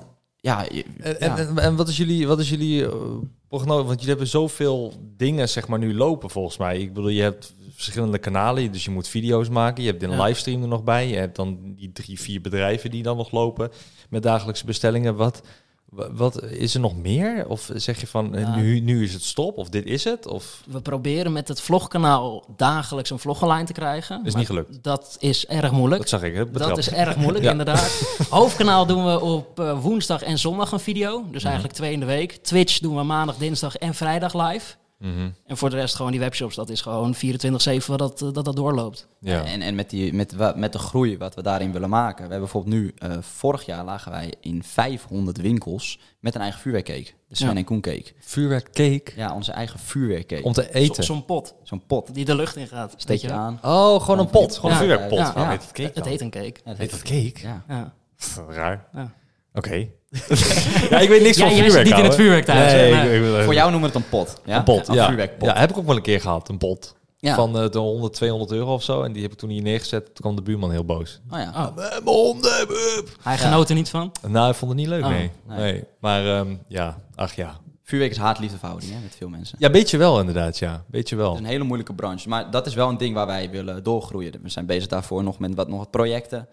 En wat is jullie prognose? Want jullie hebben zoveel dingen zeg maar nu lopen volgens mij. Ik bedoel, je hebt verschillende kanalen, dus je moet video's maken. Je hebt een livestream er nog bij. Je hebt dan die 3-4 bedrijven die dan nog lopen met dagelijkse bestellingen. Wat is er nog meer? Of zeg je van nu is het stop? Of dit is het? Of We proberen met het vlogkanaal dagelijks een vlog online te krijgen. is Maar niet gelukt? Dat is erg moeilijk. Dat zag ik. Hè? Dat is erg moeilijk, Ja. inderdaad. Hoofdkanaal doen we op woensdag en zondag een video. Dus eigenlijk 2 in de week. Twitch doen we maandag, dinsdag en vrijdag live. En voor de rest gewoon die webshops, dat is gewoon 24/7 dat doorloopt. Ja. En met de groei wat we daarin willen maken. We hebben bijvoorbeeld nu, vorig jaar lagen wij in 500 winkels met een eigen vuurwerkcake. De Sven en Koen cake. Vuurwerkcake? Ja, onze eigen vuurwerkcake. Om te eten? Zo'n pot. Zo'n pot. Die de lucht in gaat. Steek je aan. Oh, gewoon een pot. Gewoon een Ja. vuurwerkpot. Ja. Waarom heet het cake Het dan? heet een cake. Ja, Heet dat cake? Ja. Ja. Pff, raar. Ja. Oké. Ja, ik weet niks van Jij vuurwerk. zit niet in het ouwe. vuurwerk thuis. Nee, hè? Nee. Voor jou noemen we het een pot. Ja? Een pot, Een ja. vuurwerkpot. Ja, heb ik ook wel een keer gehad, een pot. Ja. Van de 100, 200 euro of zo. En die heb ik toen hier neergezet. Toen kwam de buurman heel boos. Oh ja. Oh. Mijn honden. Hij genoot er niet van. Nou, hij vond het niet leuk, Oh, nee. Maar ja, ach ja. Vuurwerk is haat-liefde verhouding met veel mensen. Ja, beetje wel inderdaad, ja. Beetje wel. Het is een hele moeilijke branche. Maar dat is wel een ding waar wij willen doorgroeien. We zijn bezig daarvoor nog met wat projecten.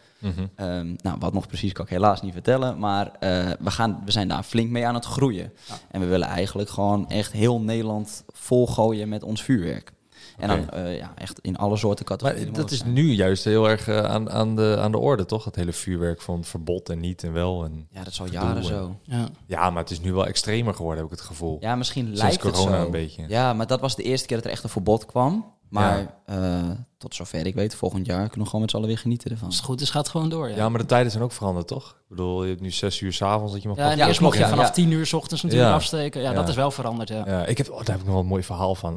Wat nog precies kan ik helaas niet vertellen. Maar we zijn daar flink mee aan het groeien. Ja. En we willen eigenlijk gewoon echt heel Nederland volgooien met ons vuurwerk. En dan echt in alle soorten categorieën. Maar dat is nu juist heel erg aan de orde, toch? Het hele vuurwerk van verbod en niet en wel. En ja, dat is al jaren zo. Ja, maar het is nu wel extremer geworden, heb ik het gevoel. Ja, misschien sinds lijkt het corona zo. een beetje. Ja, maar dat was de eerste keer dat er echt een verbod kwam. Maar tot zover ik weet, volgend jaar kunnen we gewoon met z'n allen weer genieten ervan. Als het goed is, gaat het gewoon door. Ja, maar de tijden zijn ook veranderd, toch? Ik bedoel, je hebt nu 6 uur 's avonds dat je mag Ja, en pakken. eerst mocht je klopt, vanaf ja. 10 uur 's ochtends natuurlijk Ja. afsteken. Ja, Ja. dat is wel veranderd, ja. Ja, daar heb ik nog wel een mooi verhaal van.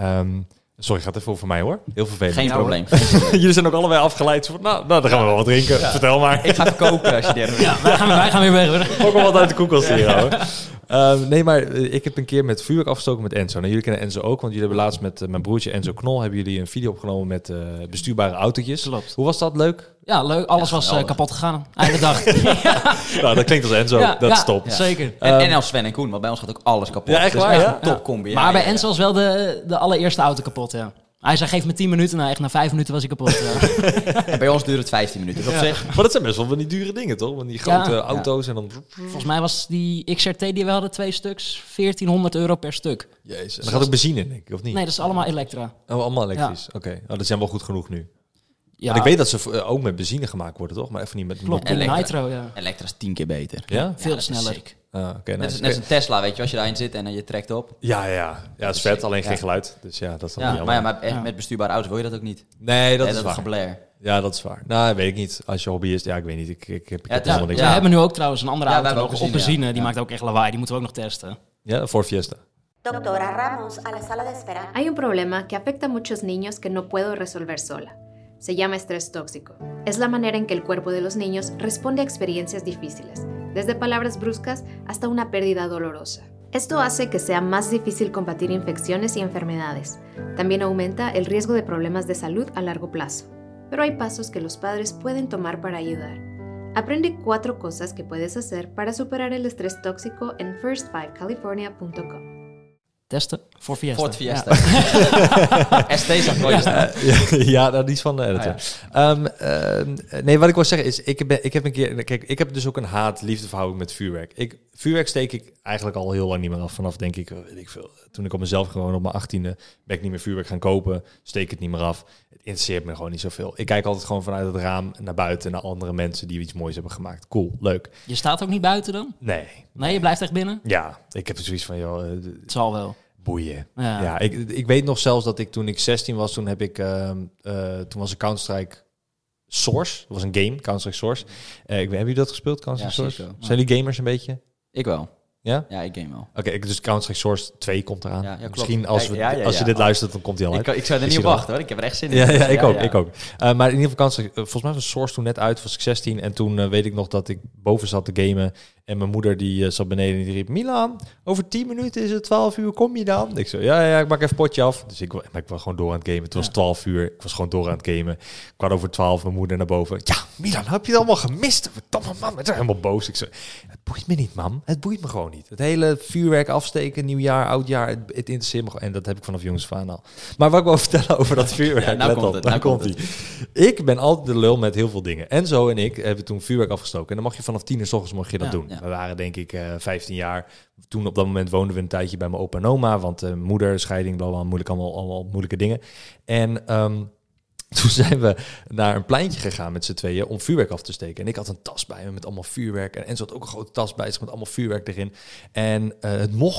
Sorry, gaat even over mij hoor. Heel vervelend. Geen probleem. Jullie zijn ook allebei afgeleid. Zo van, nou, dan gaan we wel wat drinken. Vertel maar. Ik ga even koken als je derde wil. Ja, wij gaan weer weg hoor. Ook al wat uit de koelkast hier houden. Nee, maar ik heb een keer met vuurwerk afgestoken met Enzo. Nou, jullie kennen Enzo ook, want jullie hebben laatst met mijn broertje Enzo Knol hebben jullie een video opgenomen met bestuurbare autootjes. Klopt. Hoe was dat? Leuk? Ja, leuk. Alles Ja, was geweldig. kapot gegaan. Einde dag. Nou, dat klinkt als Enzo. Dat is top. Zeker. En als Sven en Koen, want bij ons gaat ook alles kapot. Ja, echt Dus waar, ja? Top combi. Maar bij Enzo was wel de allereerste auto kapot, ja. Hij zei, geef me 10 minuten. Nou, echt na 5 minuten was hij kapot. Ja. En bij ons duurt het 15 minuten. Dus op zich... Maar dat zijn best wel van die dure dingen, toch? Want die grote Ja. auto's en dan... Volgens mij was die XRT die we hadden 2 stuks, €1400 per stuk. Jezus. En er gaat ook benzine in, denk ik, of niet? Nee, dat is allemaal elektra. Oh, allemaal elektrisch. Oké. Oh, dat zijn wel goed genoeg nu. Ja, Want ik weet dat ze ook met benzine gemaakt worden, toch? Maar even niet met... klopt. met- Met Nitro, ja. Elektra is 10 keer beter. Ja? Veel dat is sneller. sick. Ah, oké. Net nice. als een Tesla, weet je, als je daarin zit en je trekt op. Ja, het is vet, alleen geen Ja. geluid. Dus ja, dat is dan Ja, jammer. maar ja, maar echt met bestuurbare auto's wil je dat ook niet. Nee, dat is dat waar. geblair. Ja, dat is waar. Nou, weet ik niet. Als je hobbyist, ja, ik weet niet. Ik heb het is- helemaal niks. We hebben nu ook trouwens een andere Ja, we auto hebben nog ook op benzine, benzine. ja. Die Ja. maakt ook echt lawaai. Die moeten we ook nog testen. Ja, Ford Fiesta. Doctora Ramos, a la sala de espera. Hay un problema que afecta a muchos niños que no puedo resolver sola. Se llama estrés tóxico. Es la manera en que el cuerpo de los niños responde a experiencias difíciles, desde palabras bruscas hasta una pérdida dolorosa. Esto hace que sea más difícil combatir infecciones y enfermedades. También aumenta el riesgo de problemas de salud a largo plazo. Pero hay pasos que los padres pueden tomar para ayudar. Aprende 4 cosas que puedes hacer para superar el estrés tóxico en first5california.com. Testen voor Fiesta. Ford Fiesta. ST is nooit. Ja, nou, die is van de editor. Nee, wat ik wil zeggen is, ik heb een keer... Kijk, ik heb dus ook een haat-liefde verhouding met vuurwerk. Vuurwerk steek ik eigenlijk al heel lang niet meer af. Vanaf, denk ik, weet ik veel. Toen ik op mezelf gewoon op mijn 18e ben ik niet meer vuurwerk gaan kopen. Steek het niet meer af. Het interesseert me gewoon niet zoveel. Ik kijk altijd gewoon vanuit het raam naar buiten, naar andere mensen die iets moois hebben gemaakt. Cool, leuk. Je staat ook niet buiten dan? Nee. Nee, je blijft echt binnen? Ja, ik heb er zoiets van, joh... Het zal wel. Boeien. Ja. Ja, ik weet nog zelfs dat ik toen ik 16 was, toen heb ik toen was er Counter-Strike Source. Dat was een game, Counter-Strike Source. Hebben jullie dat gespeeld, Counter-Strike Ja, Source? zeker. Zijn jullie gamers een beetje? Ik wel. Ja? Ja, ik game wel. Oké, dus Counter-Strike Source 2 komt eraan. Ja, klopt. Misschien als, als je Ja. dit luistert, dan komt hij al uit. Ik zou er Is niet op hij er al? wachten hoor. Ik heb er echt zin in. Ja, Dus ik ook. Maar in ieder geval Counter-Strike, volgens mij was Source toen net uit, was ik 16. En toen weet ik nog dat ik boven zat te gamen. En mijn moeder die zat beneden en die riep, Milan, over 10 minuten is het 12 uur, kom je dan? Ik zo, ja, ik maak even potje af. Dus ik was gewoon door aan het gamen. Het was 12 uur, ik was gewoon door aan het gamen. 11:15, mijn moeder naar boven. Ja, Milan, heb je het allemaal gemist? Verdomme man, ik was helemaal boos. Ik zo, het boeit me niet, mam. Het boeit me gewoon niet. Het hele vuurwerk afsteken, nieuwjaar, oudjaar, het interesseert me gewoon. En dat heb ik vanaf jongens af aan al. Maar wat ik wil vertellen over dat vuurwerk, Ja, nou let komt op, het, nou nou komt komt ie. Ik ben altijd de lul met heel veel dingen. Enzo en ik hebben toen vuurwerk afgestoken. En dan mag je vanaf 10 uur 's ochtends mag je dat Ja, doen. ja. We waren denk ik 15 jaar. Toen op dat moment woonden we een tijdje bij mijn opa en oma. Want moeder, scheiding, blablabla, moeilijk, allemaal moeilijke dingen. En toen zijn we naar een pleintje gegaan met z'n tweeën om vuurwerk af te steken. En ik had een tas bij me met allemaal vuurwerk. En Enzo had ook een grote tas bij zich met allemaal vuurwerk erin. En het mocht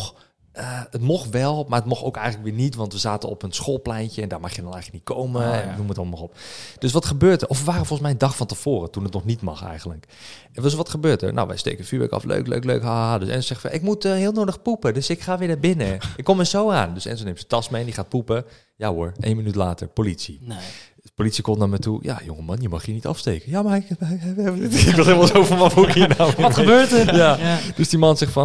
Het mocht wel, maar het mocht ook eigenlijk weer niet. Want we zaten op een schoolpleintje en daar mag je dan eigenlijk niet komen. En noem het allemaal op. Dus wat gebeurt er? Of we waren volgens mij een dag van tevoren, toen het nog niet mag eigenlijk. En dus wat gebeurt er? Nou, wij steken vuurwerk af. Leuk. Haha. Dus Enzo zegt van, ik moet heel nodig poepen. Dus ik ga weer naar binnen. Ik kom er zo aan. Dus Enzo neemt zijn tas mee en die gaat poepen. Ja hoor, 1 minuut later, politie. Nee. De politie komt naar me toe. Ja, jongeman, je mag hier niet afsteken. Ja, maar ik was helemaal zo van, wat moet hier nou? Wat gebeurt er? Ja. Dus die man zegt van,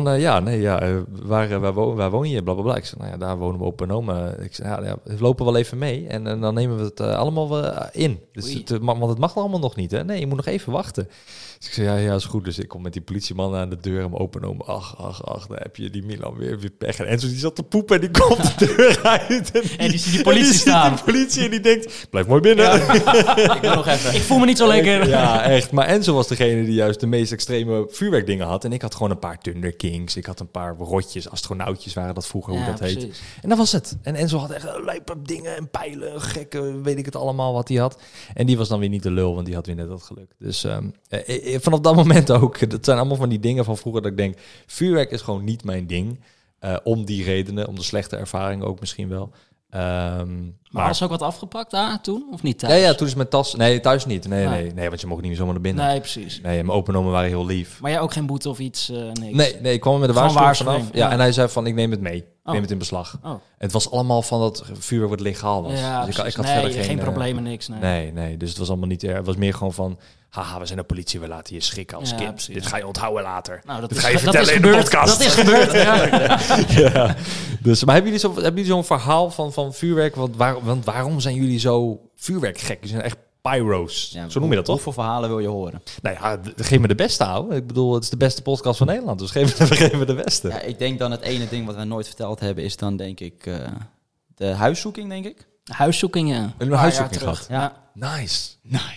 waar woon je? Blablabla. Ik zeg, nou ja, daar wonen we op een oma. Ik zeg, ja, we lopen wel even mee. En dan nemen we het allemaal in. Dus want het mag allemaal nog niet, hè? Nee, je moet nog even wachten. Dus ik zei, ja, is goed. Dus ik kom met die politieman aan de deur. Hem open oma. Ach, dan heb je die Milan weer pech. En zo die zat te poepen en die komt de deur uit. En die ziet die politie staan. Die politie en die denkt, blijf mooi binnen. Ja. Ik wil nog even. Ik voel me niet zo lekker. Ja, echt. Maar Enzo was degene die juist de meest extreme vuurwerkdingen had. En ik had gewoon een paar Thunder Kings. Ik had een paar rotjes, astronautjes waren dat vroeger, hoe dat heet. En dat was het. En Enzo had echt lijpe dingen en pijlen, gekke, weet ik het allemaal wat hij had. En die was dan weer niet de lul, want die had weer net dat geluk. Dus vanaf dat moment ook, dat zijn allemaal van die dingen van vroeger dat ik denk, vuurwerk is gewoon niet mijn ding. Om die redenen, om de slechte ervaring ook misschien wel. Maar was ook wat afgepakt daar toen? Of niet thuis? Ja, toen is mijn tas... Nee, thuis niet. Nee, want je mocht niet meer zomaar naar binnen. Nee, precies. Nee, mijn opa en oma waren heel lief. Maar jij ook geen boete of iets? Niks? Nee, ik kwam er met de waarschuwing vanaf. Ja, en hij zei van, ik neem het mee. Ik neem het in beslag. Oh. En het was allemaal van dat vuurwerk wat legaal was. Ja, dus ik had verder geen problemen, niks. Nee, dus het was allemaal niet erg. Het was meer gewoon van, haha, we zijn de politie, we laten je schrikken als kind. Precies. Dit ga je onthouden later. Nou, dit ga je vertellen in de podcast. Dat is gebeurd, ja. Dus, maar hebben jullie zo'n verhaal van vuurwerk? Want waarom zijn jullie zo vuurwerkgek? Jullie zijn echt pyro's. Ja, zo noem je dat toch? Hoeveel verhalen wil je horen? Nou ja, geef me de beste, ouwe. Ik bedoel, het is de beste podcast van Nederland. Dus geef me de beste. Ja, ik denk dan het ene ding wat we nooit verteld hebben is dan denk ik de huiszoeking, denk ik. Huiszoeking, ja. Een huiszoeking gehad? Ja. Nice.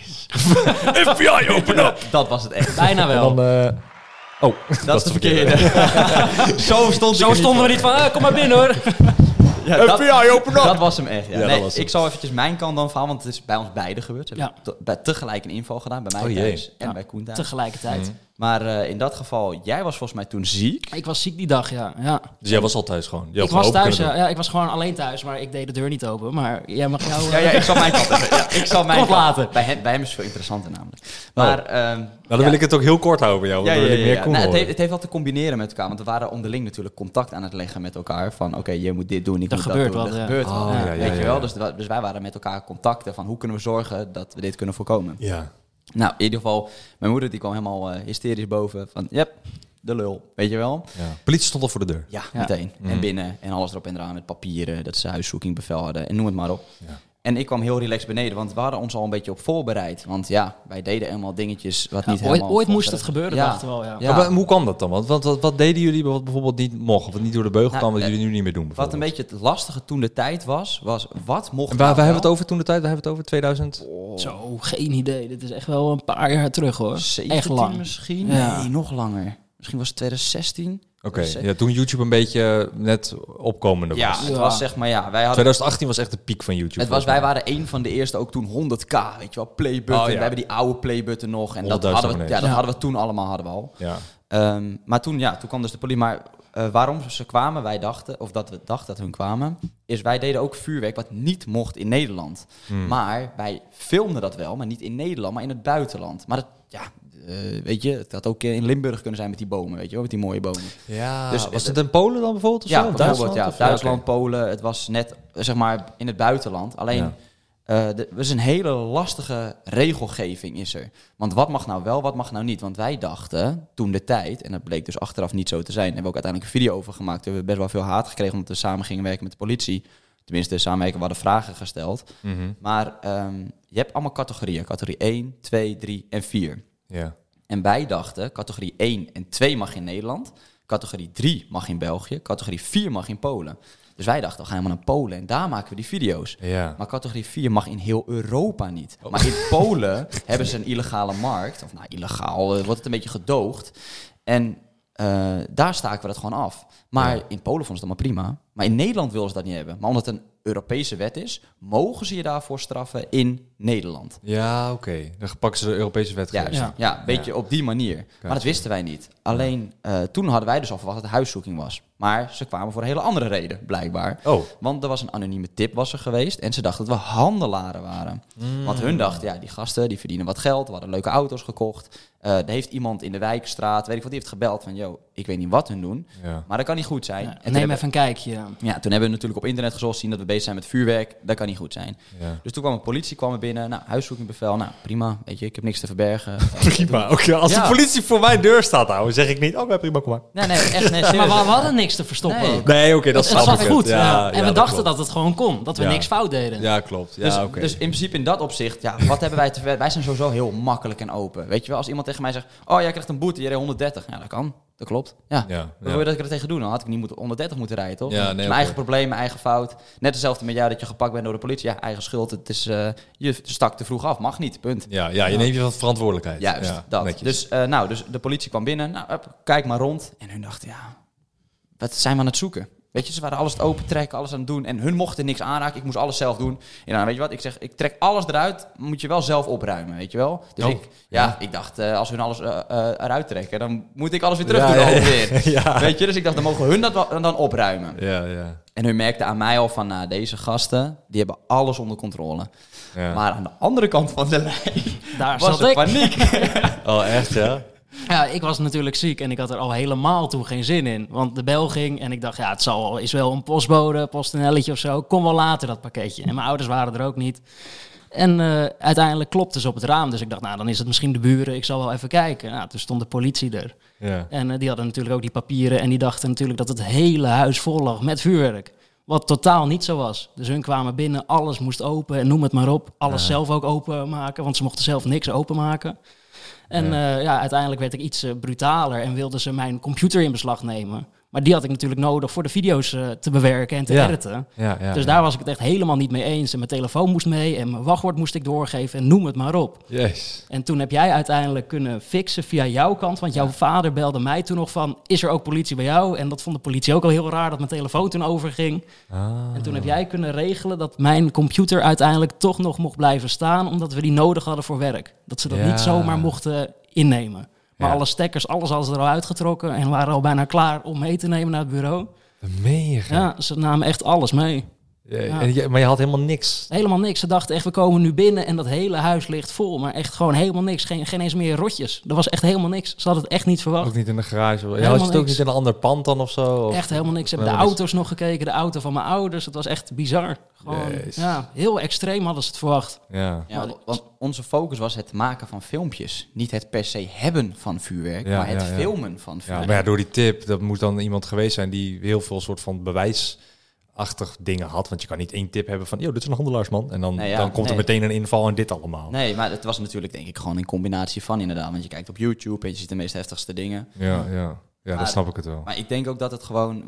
FBI, open up! Dat was het echt. Bijna wel. Dan, dat is de verkeerde. Zo stonden we niet van, kom maar binnen hoor. Ja, FBI, open up! Dat was hem echt. Ja. Ja, nee, ik zal eventjes mijn kant dan verhalen, want het is bij ons beiden gebeurd. We hebben tegelijk een inval gedaan, bij mij thuis en bij Koen thuis. Tegelijkertijd. Maar in dat geval, jij was volgens mij toen ziek. Ik was ziek die dag, ja. Dus jij was al thuis gewoon? Ik was thuis, ja. Ik was gewoon alleen thuis, maar ik deed de deur niet open. Maar jij mag jou... Ja, ik zal mijn kant even. Ja, ik zal mijn kant laten. Bij hem is het veel interessanter namelijk. Maar... dan wil ik het ook heel kort houden bij jou. Want dan wil ik meer Koen horen. Het heeft wel te combineren met elkaar. Want we waren onderling natuurlijk contact aan het leggen met elkaar. Van oké, je moet dit doen, ik moet dat doen. Er gebeurt wat. Weet je wel? Dus wij waren met elkaar contacten van hoe kunnen we zorgen dat we dit kunnen voorkomen. Ja. Nou, in ieder geval, mijn moeder die kwam helemaal hysterisch boven van, de lul, weet je wel. Ja. Politie stond al voor de deur. Ja, meteen. En binnen en alles erop en eraan met papieren, dat ze huiszoeking bevel hadden en noem het maar op. Ja. En ik kwam heel relaxed beneden, want we hadden ons al een beetje op voorbereid. Want ja, wij deden helemaal dingetjes wat niet helemaal... Ooit moest het gebeuren, dachten we wel, Maar hoe kwam dat dan? Want wat deden jullie wat bijvoorbeeld niet mocht? Of wat niet door de beugel kwam, wat jullie nu niet meer doen? Wat een beetje het lastige toen de tijd was wat mocht... En waar hebben we het over toen de tijd? We hebben het over 2000? Zo, geen idee. Dit is echt wel een paar jaar terug hoor. 17 echt lang. Misschien? Ja. Nee, nog langer. Misschien was het 2016. Oké, ja, toen YouTube een beetje net opkomende was. Ja, het was zeg maar, wij hadden... 2018 was echt de piek van YouTube. Wij waren een van de eerste, ook toen 100k, weet je wel, playbutton. We hebben die oude playbutton nog. En dat hadden we, dat hadden we toen allemaal al. Ja. Maar toen kwam dus de politie. Maar waarom ze kwamen, wij dachten, of dat we dachten dat hun kwamen, is wij deden ook vuurwerk wat niet mocht in Nederland. Maar wij filmden dat wel, maar niet in Nederland, maar in het buitenland. Maar dat, weet je, het had ook in Limburg kunnen zijn met die bomen, weet je wel, met die mooie bomen. Ja, dus was het in Polen dan bijvoorbeeld? Of ja, zo? bijvoorbeeld, Duitsland, Polen. Het was net, zeg maar, in het buitenland. Alleen, er is een hele lastige regelgeving is er. Want wat mag nou wel, wat mag nou niet? Want wij dachten toen de tijd, en dat bleek dus achteraf niet zo te zijn, hebben we ook uiteindelijk een video over gemaakt. We hebben best wel veel haat gekregen omdat we samen gingen werken met de politie. Tenminste, samenwerken, we hadden vragen gesteld. Maar je hebt allemaal categorieën. Categorie 1, 2, 3 en 4. Ja. En wij dachten, categorie 1 en 2 mag in Nederland. Categorie 3 mag in België. Categorie 4 mag in Polen. Dus wij dachten, we gaan helemaal naar Polen en daar maken we die video's. Ja. Maar categorie 4 mag in heel Europa niet. Oh. Maar in Polen hebben ze een illegale markt. Of nou, illegaal, wordt het een beetje gedoogd. En daar staken we dat gewoon af. Maar in Polen vonden ze het allemaal prima. Maar in Nederland wilden ze dat niet hebben. Maar omdat het een Europese wet is, mogen ze je daarvoor straffen in Nederland. Ja, oké. Dan pakken ze de Europese wetgeving. Ja, een beetje op die manier. Maar dat wisten wij niet. Alleen toen hadden wij dus al verwacht dat het huiszoeking was. Maar ze kwamen voor een hele andere reden, blijkbaar. Oh. Want er was een anonieme tip was er geweest. En ze dachten dat we handelaren waren. Want hun dachten, die gasten die verdienen wat geld. We hadden leuke auto's gekocht. Er heeft iemand in de wijkstraat, weet ik wat, die heeft gebeld van... ik weet niet wat hun doen, maar dat kan niet goed zijn. Ja, en neem even een kijkje. Ja, toen hebben we natuurlijk op internet gezocht, zien dat we bezig zijn met vuurwerk. Dat kan niet goed zijn. Ja. Dus toen kwam de politie binnen. Nou, huiszoekingbevel. Nou, prima. Weet je, ik heb niks te verbergen. Prima. Oké, als de politie voor mijn deur staat houden, zeg ik niet... Oh, prima, kom maar. Nee, echt. Nee, maar we hadden niks te verstoppen. Nee, oké, dat het zat goed. Ja, en we dachten dat het gewoon kon. Dat we niks fout deden. Ja, klopt. Ja, dus in principe in dat opzicht, wat hebben wij te ver... Wij zijn sowieso heel makkelijk en open. Weet je wel, als iemand tegen mij zegt... Oh, jij krijgt een boete, je reed 130. Ja, dat kan. Dat klopt. Ja. Wil je dat ik er tegen doe? Dan had ik niet 130 moeten rijden, toch? Ja, mijn eigen probleem, mijn eigen fout. Net hetzelfde met jou dat je gepakt bent door de politie. Ja, eigen schuld. Het is, je stak te vroeg af. Mag niet, punt. Ja, je neemt je wat verantwoordelijkheid. Juist, dat. Dus de politie kwam binnen. Nou, kijk maar rond. En hun dachten, wat zijn we aan het zoeken? Weet je, ze waren alles aan het opentrekken, alles aan het doen. En hun mochten niks aanraken. Ik moest alles zelf doen. En dan, weet je wat, ik zeg, ik trek alles eruit. Moet je wel zelf opruimen, weet je wel. Dus ik dacht, als hun alles eruit trekken, dan moet ik alles weer terug doen. Weet je, dus ik dacht, dan mogen hun dat dan opruimen. Ja. En hun merkte aan mij al van, deze gasten, die hebben alles onder controle. Ja. Maar aan de andere kant van de lijn daar was er paniek. Oh, echt, ja? Ja, ik was natuurlijk ziek en ik had er al helemaal toen geen zin in. Want de bel ging en ik dacht, is wel een postbode, PostNL'tje of zo. Kom wel later, dat pakketje. En mijn ouders waren er ook niet. En uiteindelijk klopte ze op het raam. Dus ik dacht, dan is het misschien de buren. Ik zal wel even kijken. Nou, toen stond de politie er. Ja. En die hadden natuurlijk ook die papieren. En die dachten natuurlijk dat het hele huis vol lag met vuurwerk. Wat totaal niet zo was. Dus hun kwamen binnen, alles moest open en noem het maar op. Alles zelf ook openmaken, want ze mochten zelf niks openmaken. En uiteindelijk werd ik iets brutaler en wilden ze mijn computer in beslag nemen. Maar die had ik natuurlijk nodig voor de video's te bewerken en te editen. Dus daar was ik het echt helemaal niet mee eens. En mijn telefoon moest mee en mijn wachtwoord moest ik doorgeven en noem het maar op. Yes. En toen heb jij uiteindelijk kunnen fixen via jouw kant. Want jouw vader belde mij toen nog van, is er ook politie bij jou? En dat vond de politie ook al heel raar dat mijn telefoon toen overging. En toen heb jij kunnen regelen dat mijn computer uiteindelijk toch nog mocht blijven staan. Omdat we die nodig hadden voor werk. Dat ze dat niet zomaar mochten innemen. Maar alle stekkers, alles hadden ze er al uitgetrokken en waren al bijna klaar om mee te nemen naar het bureau. Dat meen je. Ja, ze namen echt alles mee. Maar je had helemaal niks? Helemaal niks. Ze dachten echt, we komen nu binnen en dat hele huis ligt vol. Maar echt gewoon helemaal niks. Geen eens meer rotjes. Er was echt helemaal niks. Ze hadden het echt niet verwacht. Ook niet in de garage? Ja, had je het ook niet in een ander pand dan of zo? Of? Echt helemaal niks. Ze hebben de auto's nog gekeken. De auto van mijn ouders. Het was echt bizar. Gewoon, heel extreem hadden ze het verwacht. Ja, want onze focus was het maken van filmpjes. Niet het per se hebben van vuurwerk, maar het filmen van vuurwerk. Ja, maar door die tip, dat moet dan iemand geweest zijn die heel veel soort van bewijsachtig dingen had. Want je kan niet één tip hebben van, dit is een handelaarsman. En dan komt er meteen een inval en dit allemaal. Nee, maar het was natuurlijk denk ik gewoon een combinatie van inderdaad. Want je kijkt op YouTube en je ziet de meest heftigste dingen. Ja, dat snap ik het wel. Maar ik denk ook dat het gewoon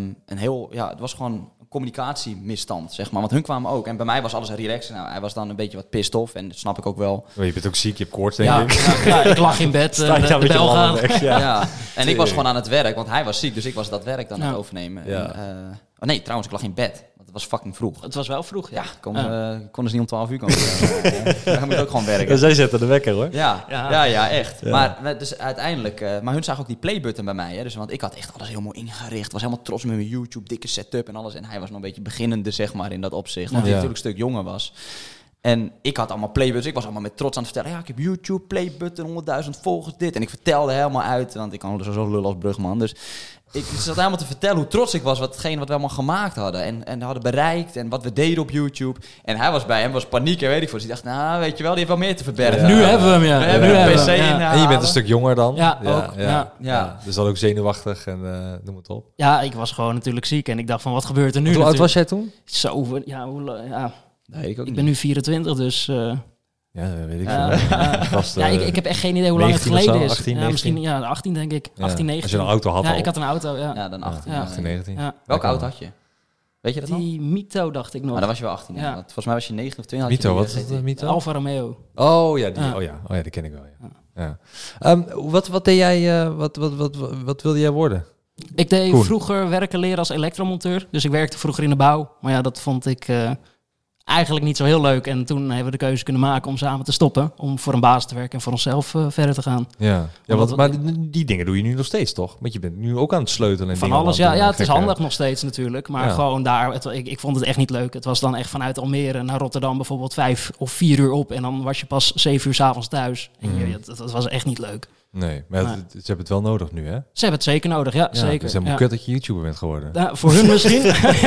het was gewoon communicatiemisstand, zeg maar. Want hun kwamen ook. En bij mij was alles relaxed. Nou, hij was dan een beetje wat pissed off. En dat snap ik ook wel. Je bent ook ziek, je hebt koorts, denk ik. Ja, ik lag in bed. De bel gaat. En ik was gewoon aan het werk, want hij was ziek. Dus ik was dat werk dan aan het overnemen. Ja. En, trouwens, ik lag in bed. Het was fucking vroeg. Het was wel vroeg, ja. Konden ze niet om 12 uur komen. Hij moet ook gewoon werken. Dus zij zetten de wekker, hoor. Ja, echt. Ja. Maar dus uiteindelijk... maar hun zagen ook die playbutton bij mij. Hè, dus, want ik had echt alles heel mooi ingericht. Was helemaal trots met mijn YouTube, dikke setup en alles. En hij was nog een beetje beginnende, zeg maar, in dat opzicht. Omdat hij natuurlijk een stuk jonger was. En ik had allemaal playbuttons. Ik was allemaal met trots aan het vertellen. Ja, ik heb YouTube, playbutton, 100.000 volgers, dit. En ik vertelde helemaal uit. Want ik kan er zo lullen als brugman. Dus... ik zat helemaal te vertellen hoe trots ik was wat we allemaal gemaakt hadden. En hadden bereikt en wat we deden op YouTube. En hij was bij hem, was paniek en weet ik veel. Dus ik dacht, weet je wel, die heeft wel meer te verbergen. Nu hebben we hem, We hebben een PC in. En je bent een stuk jonger dan. Ja, ook. Ja. Dus dan ook zenuwachtig en noem het op. Ja, ik was gewoon natuurlijk ziek. En ik dacht van, wat gebeurt er nu? Hoe oud was jij toen? Zo, Nee, ik ben nu 24, dus... Ja, dat weet ik veel. Ik heb echt geen idee hoe lang het geleden is. 18, misschien 18 denk ik. 18, 19. Als je een auto had al. Ik had een auto, Ja, dan 18. 18, 19. Ja. Welke auto had je? Weet je dat nog? Die Mito, dacht ik nog. Maar dan was je wel 18. Ja. Volgens mij was je 9 of 20. Mito, wat is het? Mito? Alfa Romeo. Oh ja, die ken ik wel. Ja. Wat deed jij? Wat wilde jij worden? Ik deed Koen. vroeger werken leren als elektromonteur. Dus ik werkte vroeger in de bouw. Maar ja, dat vond ik eigenlijk niet zo heel leuk. En toen hebben we de keuze kunnen maken om samen te stoppen. Om voor een baas te werken en voor onszelf verder te gaan. Maar die dingen doe je nu nog steeds, toch? Want je bent nu ook aan het sleutelen. En Van dingen alles, aan het doen, het is gekke- handig nog steeds natuurlijk. Maar gewoon daar, ik vond het echt niet leuk. Het was dan echt vanuit Almere naar Rotterdam bijvoorbeeld 5 of 4 uur op. En dan was je pas 7 uur 's avonds thuis. En dat was echt niet leuk. Nee, maar ze hebben het wel nodig nu, hè? Ze hebben het zeker nodig, ja zeker. Het is helemaal kut dat je YouTuber bent geworden. Ja, voor hun misschien.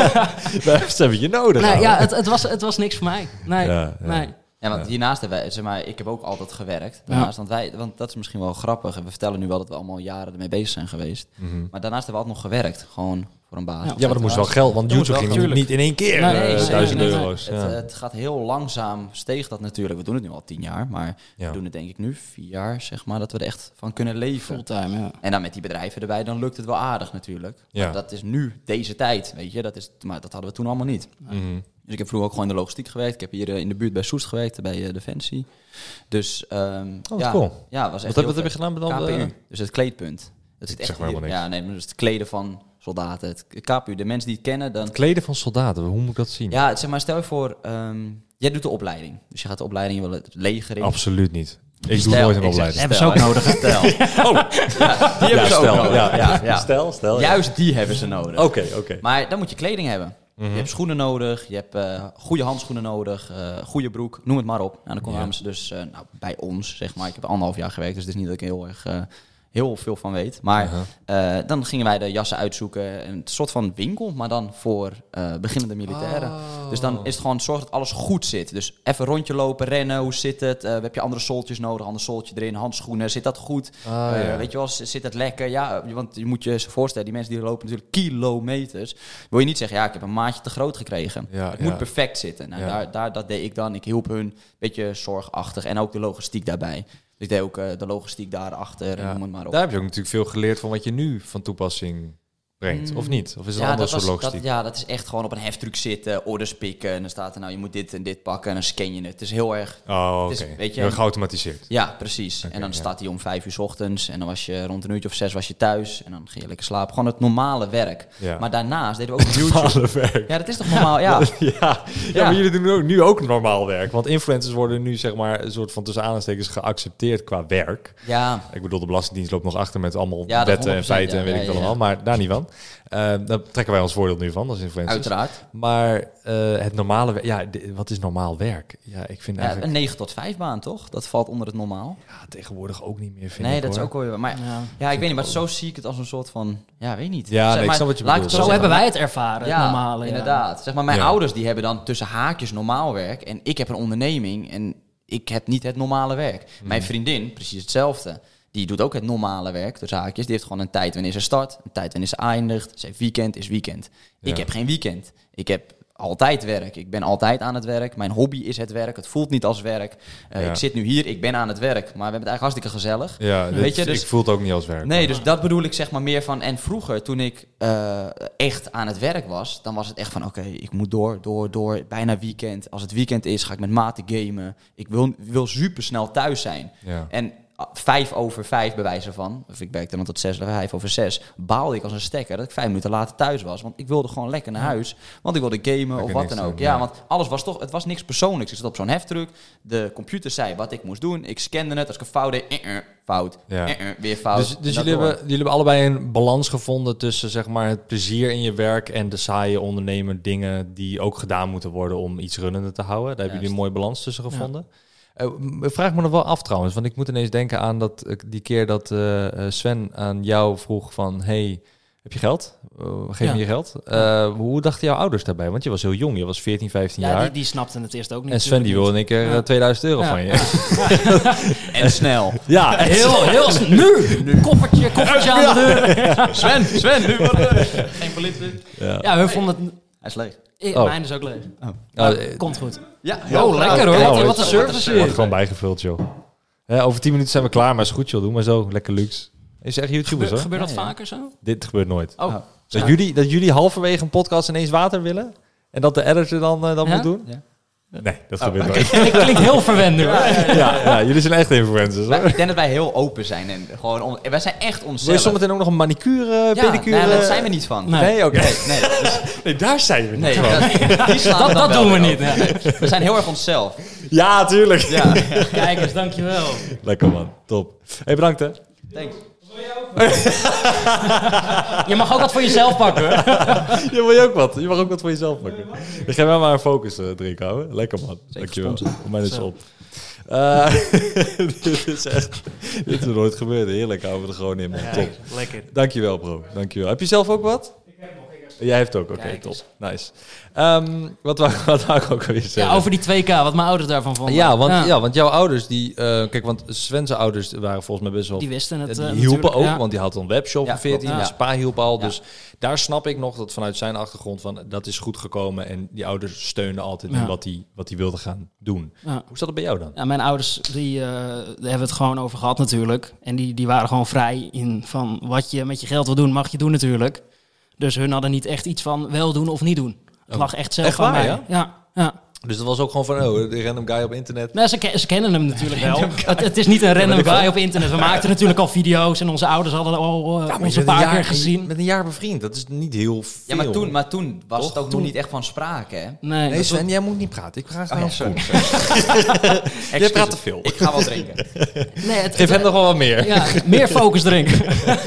Ze hebben je nodig. Nee, ouwe. het was niks voor mij. Nee. Ja, want hiernaast hebben wij, zeg maar, ik heb ook altijd gewerkt. Daarnaast, want dat is misschien wel grappig. En we vertellen nu wel dat we allemaal jaren ermee bezig zijn geweest. Maar daarnaast hebben we altijd nog gewerkt. Gewoon voor een baas. Ja, maar dat moest wel geld, want YouTube ging niet in één keer Nee, 1000 nee. euro's. Het gaat heel langzaam, steeg dat natuurlijk. We doen het nu al 10 jaar, maar we doen het denk ik nu 4 jaar, zeg maar, dat we er echt van kunnen leven. Fulltime, ja. En dan met die bedrijven erbij, dan lukt het wel aardig natuurlijk. Ja. Maar dat is nu, deze tijd, weet je. Maar dat hadden we toen allemaal niet. Dus ik heb vroeger ook gewoon in de logistiek gewerkt. Ik heb hier in de buurt bij Soest gewerkt, bij Defensie. Dus cool. Ja, was echt Wat heb je gedaan met dan KPU, dus het kleedpunt. Dat zit echt Zeg maar helemaal ja, nee, maar dus het kleden van soldaten. Het KPU, de mensen die het kennen, dan... Het kleden van soldaten, hoe moet ik dat zien? Ja, zeg maar, stel je voor, jij doet de opleiding. Dus je gaat de opleiding, je wil het leger in. Absoluut niet. Ik doe nooit een opleiding. Hebben ze ook nodig. Stel. Die hebben ze ook nodig. Ja. Stel. Juist die hebben ze nodig. Oké. Maar dan moet je kleding hebben. Je hebt schoenen nodig, je hebt goede handschoenen nodig, goede broek, noem het maar op. Nou, dan kwamen ze dus bij ons, zeg maar. Ik heb 1,5 jaar gewerkt, dus het is niet dat ik heel veel van weet. Maar dan gingen wij de jassen uitzoeken. Een soort van winkel, maar dan voor beginnende militairen. Dus dan is het gewoon zorg dat alles goed zit. Dus even rondje lopen, rennen, hoe zit het? Heb je andere soltjes nodig, ander soltje erin, handschoenen, zit dat goed? Weet je wel, zit het lekker? Ja, want je moet je voorstellen, die mensen die lopen natuurlijk kilometers. Wil je niet zeggen, ja, ik heb een maatje te groot gekregen. Het moet perfect zitten. Nou, dat deed ik dan. Ik hielp hun, een beetje zorgachtig en ook de logistiek daarbij. Dus ik deed ook de logistiek daarachter en noem het maar op. Daar heb je ook natuurlijk veel geleerd van wat je nu van toepassing brengt, of niet? Of is het een andere soort logistiek? Dat is echt gewoon op een heftruck zitten, orders pikken. En dan staat er nou, je moet dit en dit pakken en dan scan je het. Het is heel erg... Oh, oké. Weet je, heel geautomatiseerd. Ja, precies. En dan staat hij om 5 uur 's ochtends. En dan was je rond een uurtje of 6 was je thuis. En dan ging je lekker slapen. Gewoon het normale werk. Ja. Maar daarnaast deden we ook YouTube. werk. Ja, dat is toch normaal? Ja. Maar jullie doen nu ook normaal werk. Want influencers worden nu, zeg maar, een soort van tussen aanstekens geaccepteerd qua werk. Ja. Ik bedoel, de Belastingdienst loopt nog achter met allemaal Ja, wetten en 100%, feiten en weet ik allemaal. Maar daar niet van. Daar trekken wij ons voordeel nu van als influencers. Uiteraard. Maar het normale werk... wat is normaal werk? Ja, ik vind eigenlijk... Een 9 tot 5 baan, toch? Dat valt onder het normaal. Ja, tegenwoordig ook niet meer, vind Nee, ik, dat is hoor. ook wel weer... Maar ja, ik weet niet, maar zo zie ik het als een soort van... Ja, weet niet. Ja, Zeg nee, ik maar, snap wat je laat ik bedoelt. het Zo zeggen. hebben wij het ervaren, Ja, het normale. Ja. inderdaad. Zeg maar, mijn Ja. ouders die hebben dan tussen haakjes normaal werk. En ik heb een onderneming en ik heb niet het normale werk. Mijn vriendin, precies hetzelfde. Die doet ook het normale werk, tussen haakjes. Die heeft gewoon een tijd wanneer ze start, een tijd wanneer ze eindigt. Ze heeft weekend, is weekend. Ja. Ik heb geen weekend. Ik heb altijd werk. Ik ben altijd aan het werk. Mijn hobby is het werk. Het voelt niet als werk. Ik zit nu hier, ik ben aan het werk. Maar we hebben het eigenlijk hartstikke gezellig. Ja, Weet je, dus ik voel het ook niet als werk. Nee, dus dat bedoel ik zeg maar meer van... En vroeger, toen ik echt aan het werk was... dan was het echt van, oké, ik moet door. Bijna weekend. Als het weekend is, ga ik met maten gamen. Ik wil supersnel thuis zijn. Ja. En 5:05 bij wijze van... of ik werkte dan tot 5:06... baalde ik als een stekker dat ik 5 minuten later thuis was. Want ik wilde gewoon lekker naar huis. Want ik wilde gamen of wat dan ook. Ja, want alles was toch... Het was niks persoonlijks. Ik zat op zo'n heftruck. De computer zei wat ik moest doen. Ik scande het. Als ik een fout deed... fout. Ja. Weer fout. Dus jullie hebben allebei een balans gevonden tussen, zeg maar, het plezier in je werk en de saaie ondernemen dingen die ook gedaan moeten worden om iets runnende te houden. Daar hebben jullie een mooie balans tussen gevonden. Vraag me nog wel af trouwens, want ik moet ineens denken aan die keer dat Sven aan jou vroeg van, hey, heb je geld? Geef me je geld. Hoe dachten jouw ouders daarbij? Want je was heel jong, je was 14, 15 jaar. Ja, die snapten het eerst ook niet. En Sven die wilde in één keer 2000 euro van je. En snel. Ja, Heel nu. Koffertje aan de deur. Sven, nu geen politie. Ja, hun vonden het... Hij is leeg. Mijn is ook leeg. Komt goed. Ja, Lekker hoor. Wat een service wordt hier. gewoon bijgevuld, joh. Over 10 minuten zijn we klaar, maar is goed, joh. Doe maar zo. Lekker luxe. Is echt YouTubers, hoor. Gebeurt dat vaker zo? Dit gebeurt nooit. Oh. Dat jullie halverwege een podcast ineens water willen? En dat de editor dan moet doen? Ja. Nee, dat gebeurt nooit. Dat klinkt heel verwend nu. Ja, jullie zijn echt influencers. Hoor. Ik denk dat wij heel open zijn en gewoon wij zijn echt onszelf. Wil je zometeen ook nog een manicure, pedicure? Nee, daar zijn we niet van. Nee, oké. Nee, dus, Nee, daar zijn we niet nee, van. die slaan we dan Dat wel doen we weer niet. over. Ja. We zijn heel erg onszelf. Ja, tuurlijk. Ja, Kijk eens, dankjewel. Lekker man, top. Hey, bedankt hè. thanks. Je mag ook wat voor jezelf pakken, hoor. Je wil je ook wat. Je mag ook wat voor jezelf pakken. Ik ga wel maar een focus drink houden. Lekker man. Dankjewel. Voor mij is het op. Dit is echt... Dit is nooit gebeurd. Heerlijk, houden we er gewoon in man. Top. Lekker. Dankjewel bro. Dankjewel. Heb je zelf ook wat? Jij heeft ook, oké, top. Nice. Wat wou ik ook weer zeggen? Ja, over die 2K, wat mijn ouders daarvan vonden. Ja, want jouw ouders, die... kijk, want Sven's ouders waren volgens mij best wel... Die wisten het Die hielpen ook, ja. want die had een webshop van 14. klopt. Zijn pa hielp al. Dus daar snap ik nog dat vanuit zijn achtergrond van... Dat is goed gekomen en die ouders steunden altijd in wat hij wilde gaan doen. Ja. Hoe zat het bij jou dan? Ja, mijn ouders, die hebben het gewoon over gehad natuurlijk. En die waren gewoon vrij in van wat je met je geld wil doen, mag je doen natuurlijk. Dus hun hadden niet echt iets van wel doen of niet doen. Het lag echt zelf Echt aan waar, mij. Ja. Dus dat was ook gewoon van, de random guy op internet. Nou, ze kennen hem natuurlijk wel. Het is niet een random guy op internet. We maakten natuurlijk al video's en onze ouders hadden al ons een paar keer gezien. Met een jaar bevriend, dat is niet heel veel. Ja, maar toen was het ook nog niet echt van sprake, hè? Nee, Sven, jij moet niet praten. Ik ga gewoon sorry. Jij praat te veel. Ik ga wel drinken. Nee, Geef hem nog wel wat meer. Ja, meer focus drinken.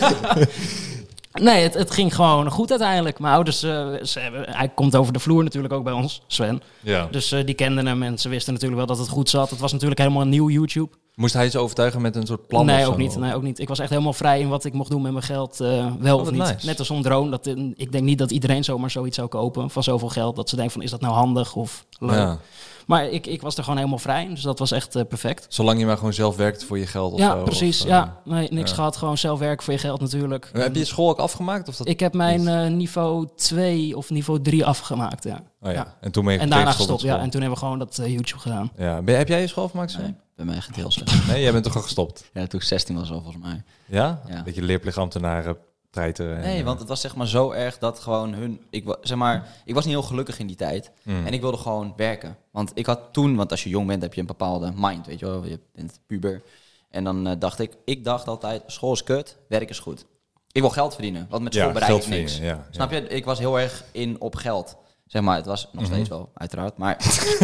Nee, het ging gewoon goed uiteindelijk. Mijn ouders, hij komt over de vloer natuurlijk ook bij ons, Sven. Ja. Dus die kenden hem en ze wisten natuurlijk wel dat het goed zat. Het was natuurlijk helemaal een nieuw YouTube. Moest hij ze overtuigen met een soort plan? Nee, of ook zo? niet. Nee, ook niet. Ik was echt helemaal vrij in wat ik mocht doen met mijn geld. Wel of niet. Nice. Net als zo'n drone. Ik denk niet dat iedereen zomaar zoiets zou kopen van zoveel geld. Dat ze denken van, is dat nou handig of leuk? Ja. Maar ik was er gewoon helemaal vrij in. Dus dat was echt perfect. Zolang je maar gewoon zelf werkt voor je geld of Ja, zo, precies. of, Nee, niks gehad. Gewoon zelf werken voor je geld natuurlijk. Heb je school ook afgemaakt? Of dat Ik heb mijn niveau 2 of niveau 3 afgemaakt, ja. Oh ja. Ja. En toen ben je En daarna gestopt gestopt, met ja. school? En toen hebben we gewoon dat YouTube gedaan. Ja. Heb jij je school afgemaakt? Sven? Nee, bij mij echt heel slecht. Nee, jij bent toch al gestopt? Ja, toen ik 16 was al volgens mij. Ja? Ja. Dat je leerplichtambtenaren treiteren. Nee, want het was zeg maar zo erg dat gewoon ik was niet heel gelukkig in die tijd. En ik wilde gewoon werken. Want ik had toen, want als je jong bent heb je een bepaalde mind, weet je wel. Je bent puber. En dan dacht ik dacht altijd, school is kut, werk is goed. Ik wil geld verdienen, want met school bereik ik niks. Ja. Snap je? Ik was heel erg in op geld. Zeg maar, het was nog steeds wel, uiteraard. Maar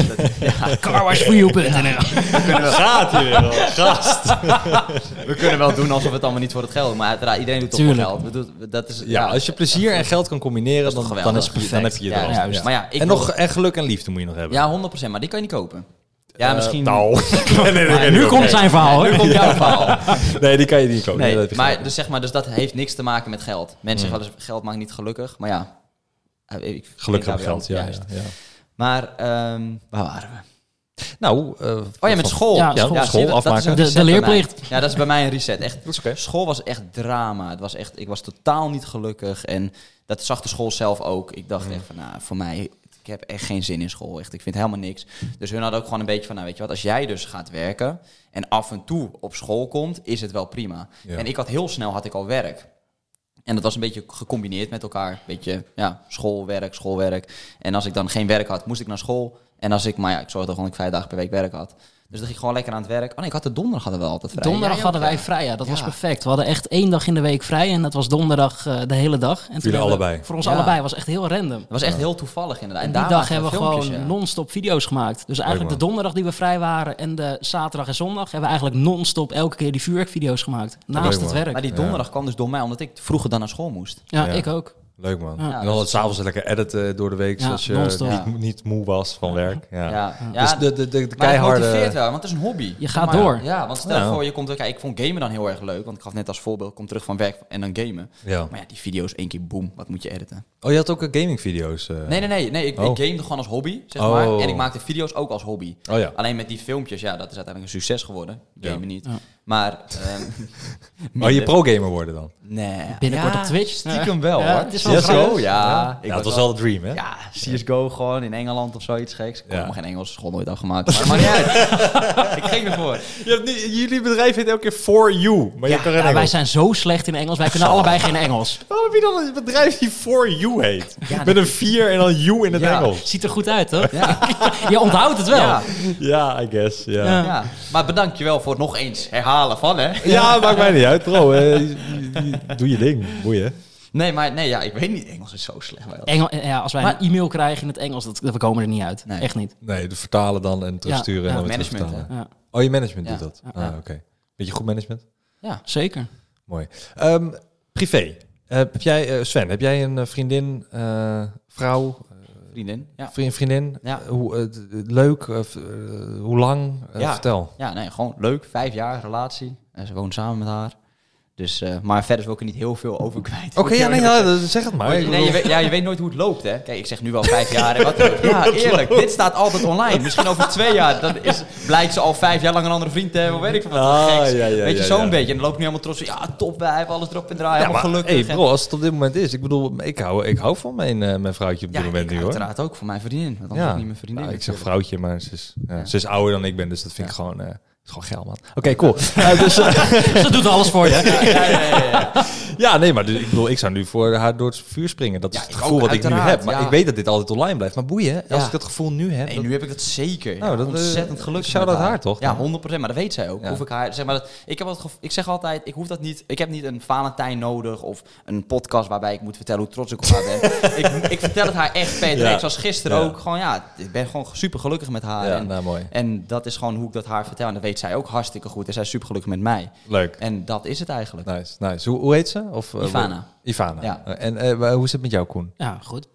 Carwashforyou.nl Gaat hier weer wel, gast. we kunnen wel doen alsof het allemaal niet voor het geld is. Maar uiteraard, iedereen doet toch voor geld. Dat is, Ja, als je plezier en geld kan combineren, dan heb je Ja, het al. juist. Ja. Maar ja, En geluk en liefde moet je nog hebben. Ja, 100%, maar die kan je niet kopen. Ja, misschien... nee, Nu komt zijn verhaal, hoor. Nu komt jouw verhaal. Nee, die kan je niet kopen. Nee, dat heb je maar gelijk. dus zeg maar, dus dat heeft niks te maken met geld. Mensen zeggen wel eens, geld maakt niet gelukkig. Maar ja... Gelukkig heb je geld, ja. Maar, waar waren we? Nou, met school. Ja, school afmaken. De leerplicht. Ja, dat is bij mij een reset. Echt, Dat is oké. School was echt drama. Het was echt, ik was totaal niet gelukkig. En dat zag de school zelf ook. Ik dacht echt van, voor mij... Ik heb echt geen zin in school. Echt, ik vind helemaal niks. Dus hun hadden ook gewoon een beetje van... weet je wat, als jij dus gaat werken... en af en toe op school komt... is het wel prima. Ja. En ik had heel snel al werk. En dat was een beetje gecombineerd met elkaar. Een beetje, schoolwerk. En als ik dan geen werk had, moest ik naar school. En als ik... Maar ja, ik zorgde gewoon dat ik 5 dagen per week werk had. Dus dan ging ik gewoon lekker aan het werk. Oh nee, ik had de donderdag hadden we altijd vrij. Donderdag hadden wij vrij, ja. Dat was perfect. We hadden echt 1 dag in de week vrij. En dat was donderdag de hele dag. En jullie allebei? Voor ons allebei was echt heel random. Het was echt heel toevallig inderdaad. En En die daar dag hebben we filmpjes, gewoon non-stop video's gemaakt. Dus eigenlijk de donderdag die we vrij waren... en de zaterdag en zondag... hebben we eigenlijk non-stop elke keer die vuurwerkvideo's gemaakt. Naast het werk. Maar die donderdag kwam dus door mij... omdat ik vroeger dan naar school moest. Ja, ik ook. Leuk man. Ja. En dan het s'avonds lekker editen door de week, Ja, zoals je non-stop. niet moe was van werk. Ja. Ja. Dus de Maar het keiharde... motiveert wel, want het is een hobby. Je gaat door. Ja, want stel voor, je komt ook... Ik vond gamen dan heel erg leuk. Want ik gaf net als voorbeeld, kom terug van werk en dan gamen. Ja. Maar ja, die video's 1 keer boom, wat moet je editen? Oh, je had ook gaming-video's? Nee. Ik gamede gewoon als hobby, zeg maar. En ik maakte video's ook als hobby. Oh ja. Alleen met die filmpjes, ja, dat is uiteindelijk een succes geworden. Gamen niet. Ja. Maar... je pro-gamer worden dan? Nee. Binnenkort op Twitch. Stiekem wel, Ja, hoor. het is wel CSGO, graag. ja. Dat was wel de dream, hè? Ja, CSGO gewoon in Engeland of zoiets geks. Ik kon helemaal geen Engels, school nooit afgemaakt. Maar maakt niet uit. Ik ging ervoor. Jullie bedrijf heet elke keer For You. Maar je kan geen Engels. Wij zijn zo slecht in Engels. Wij kunnen allebei geen Engels. Waarom heb je dan een bedrijf die For You heet? Met een 4 en dan You in het Engels. Ziet er goed uit, toch? Ja. Je onthoudt het wel. Ja, I guess. Ja. Maar bedankt je wel voor het nog eens herhalen van, hè? Ja, maakt mij niet uit, bro. Doe je ding. Boeien. Nee, ik weet niet. Engels is zo slecht. Als wij een e-mail krijgen in het Engels, we komen er niet uit. Nee. Echt niet. Nee, de vertalen dan en terugsturen. En dan management. Ja. Oh, je management doet dat? Oké. Beetje goed management? Ja, zeker. Mooi. Privé. Heb jij, Sven, heb jij een vriendin, vrouw? Vriendin, ja. Vriendin? Ja. Leuk? Hoe lang? Vertel. Ja, nee, gewoon leuk. 5 jaar relatie. En ze woont samen met haar. Dus, maar verder wil ik er niet heel veel over kwijt. Oké, zeg het maar. Je weet nooit hoe het loopt, hè. Kijk, ik zeg nu wel 5 jaar. En wat, ja, eerlijk. Dit staat altijd online. Misschien over 2 jaar. Dan blijkt ze al 5 jaar lang een andere vriend te hebben. Weet ik veel wat geks. Weet je, zo'n beetje. En dan loop ik nu helemaal trots. Ja, top, wij hebben alles erop en draaien. Helemaal gelukkig. Hey, bro, als het op dit moment is. Ik bedoel, ik hou van mijn vrouwtje op dit moment nu, hoor. Ja, uiteraard ook van mijn vriendin. Want anders is niet mijn vriendin. Ik zeg vrouwtje, maar ze is ouder dan ik ben. Dus dat vind ik gewoon... Het is gewoon geil, man. Oké, cool. Ze doet alles voor je. Ja, nee, maar ik bedoel, ik zou nu voor haar door het vuur springen. Dat is het gevoel wat ik nu heb. Maar ik weet dat dit altijd online blijft. Maar boeien, als ik dat gevoel nu heb... Nee, nu heb ik dat zeker. Nou, dat ontzettend gelukkig. Shout-out haar, toch? Ja, 100%. Maar dat weet zij ook. Hoef ik haar... Zeg maar, ik zeg altijd, ik hoef dat niet... Ik heb niet een Valentijn nodig of een podcast waarbij ik moet vertellen hoe trots ik op haar ben. ik vertel het haar echt per direct. Zoals gisteren ook. Gewoon, ik ben gewoon super gelukkig met haar. Ja, nou, mooi. En dat is gewoon hoe ik dat haar vertel. En dat weet zij ook hartstikke goed. En zij is super gelukkig met mij. Leuk. En dat is het eigenlijk. Nice. Hoe heet ze? Of, Ivana. Ja. En hoe zit het met jou, Koen? Ja, goed.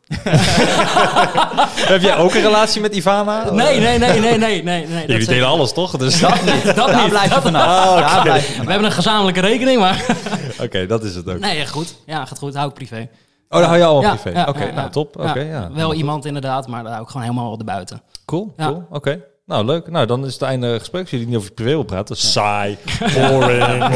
Heb jij ook een relatie met Ivana? Nee. Jullie delen alles, toch? Dus dat niet. Daar blijf je vanaf. We hebben een gezamenlijke rekening, maar... Oké, dat is het ook. Nee, goed. Ja, gaat goed. Hou ik privé. Oh, dan hou je allemaal privé? Ja, Oké, nou top. Wel iemand inderdaad, maar daar hou ik gewoon helemaal erbuiten. Cool. Oké. Nou, leuk. Nou, dan is het einde gesprek. Als jullie niet over privé wil praten, saai, boring.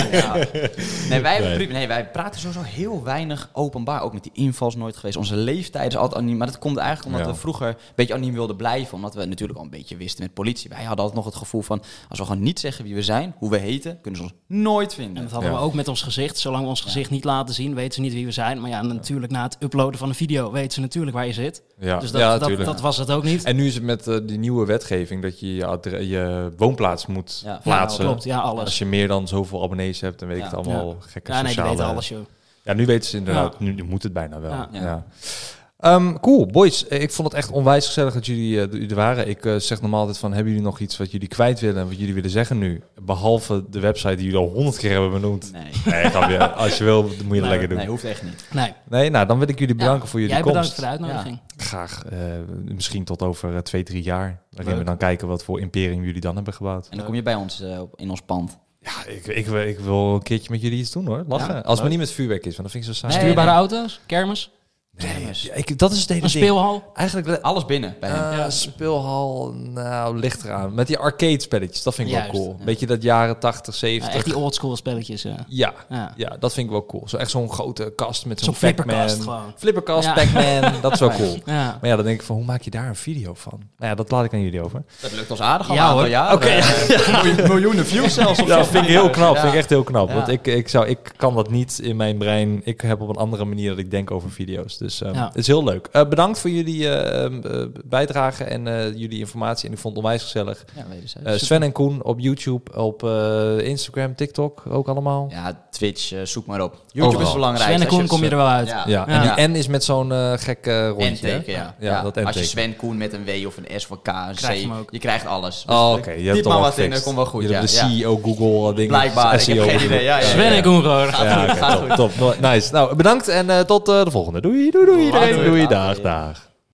Wij praten sowieso heel weinig openbaar. Ook met die invals nooit geweest. Onze leeftijd is altijd anoniem. Maar dat komt eigenlijk omdat we vroeger een beetje anoniem wilden blijven. Omdat we natuurlijk al een beetje wisten met politie. Wij hadden altijd nog het gevoel van... als we gewoon niet zeggen wie we zijn, hoe we heten... kunnen ze ons nooit vinden. En dat hadden we ook met ons gezicht. Zolang we ons gezicht niet laten zien, weten ze niet wie we zijn. Maar natuurlijk na het uploaden van een video... weten ze natuurlijk waar je zit. Ja. Dus dat was het ook niet. En nu is het met die nieuwe wetgeving... dat je je woonplaats moet plaatsen. Ja, klopt. Ja, alles. Als je meer dan zoveel abonnees hebt, dan weet ik het allemaal gekke sociale... die weten alles, joh. Ja, nu weten ze inderdaad. Nu moet het bijna wel. Cool, boys. Ik vond het echt onwijs gezellig dat jullie er waren. Ik zeg normaal altijd van, hebben jullie nog iets wat jullie kwijt willen... en wat jullie willen zeggen nu? Behalve de website die jullie al 100 keer hebben benoemd. Nee, als je wil, dan moet je dat lekker doen. Nee, hoeft echt niet. Nee, nou, dan wil ik jullie bedanken voor jullie komst. Jij bedankt voor de uitnodiging. Graag. Misschien tot over 2-3 jaar. Waarin we dan kijken wat voor imperium jullie dan hebben gebouwd. En dan kom je bij ons in ons pand. Ja, ik wil een keertje met jullie iets doen, hoor. Lachen. Ja, als het maar niet met vuurwerk is, want dat vind ik zo saai. Stuurbare auto's? Kermis? Nee, dat is het hele een ding. Speelhal? Eigenlijk alles binnen bij hem. Speelhal, nou, ligt eraan. Met die arcade spelletjes, dat vind ik wel cool. Ja. Beetje dat jaren 80, 70. Echt die oldschool spelletjes. Ja, dat vind ik wel cool. Zo echt zo'n grote kast met zo'n flipperkast gewoon. Flipperkast, Pac-Man, dat is wel cool. Ja. Maar ja, dan denk ik van, hoe maak je daar een video van? Nou ja, dat laat ik aan jullie over. Dat lukt ons aardig al een aantal jaren. Miljoenen views zelfs. Ja, dat vind ik heel knap. Vind ik echt heel knap. Want ik kan dat niet in mijn brein. Ik heb op een andere manier dat ik denk over video's. Dus het is heel leuk. Bedankt voor jullie bijdrage en jullie informatie. En ik vond het onwijs gezellig. Ja, Sven en Koen op YouTube, op Instagram, TikTok ook allemaal. Ja, Twitch, zoek maar op. YouTube is belangrijk. Sven en Koen kom je er wel uit. Ja. En die N is met zo'n gek rondje. Dat als je Sven Koen met een W of een S of een K, een C, je krijgt alles. Dus oké. Je hebt maar wat in, dat komt wel goed. Je hebt de CEO, Google dingen. Blijkbaar, ik heb geen idee. Sven en Koen gewoon. Gaat goed. Top. Nice. Nou, bedankt en tot de volgende. Doei iedereen. Doei. Dag.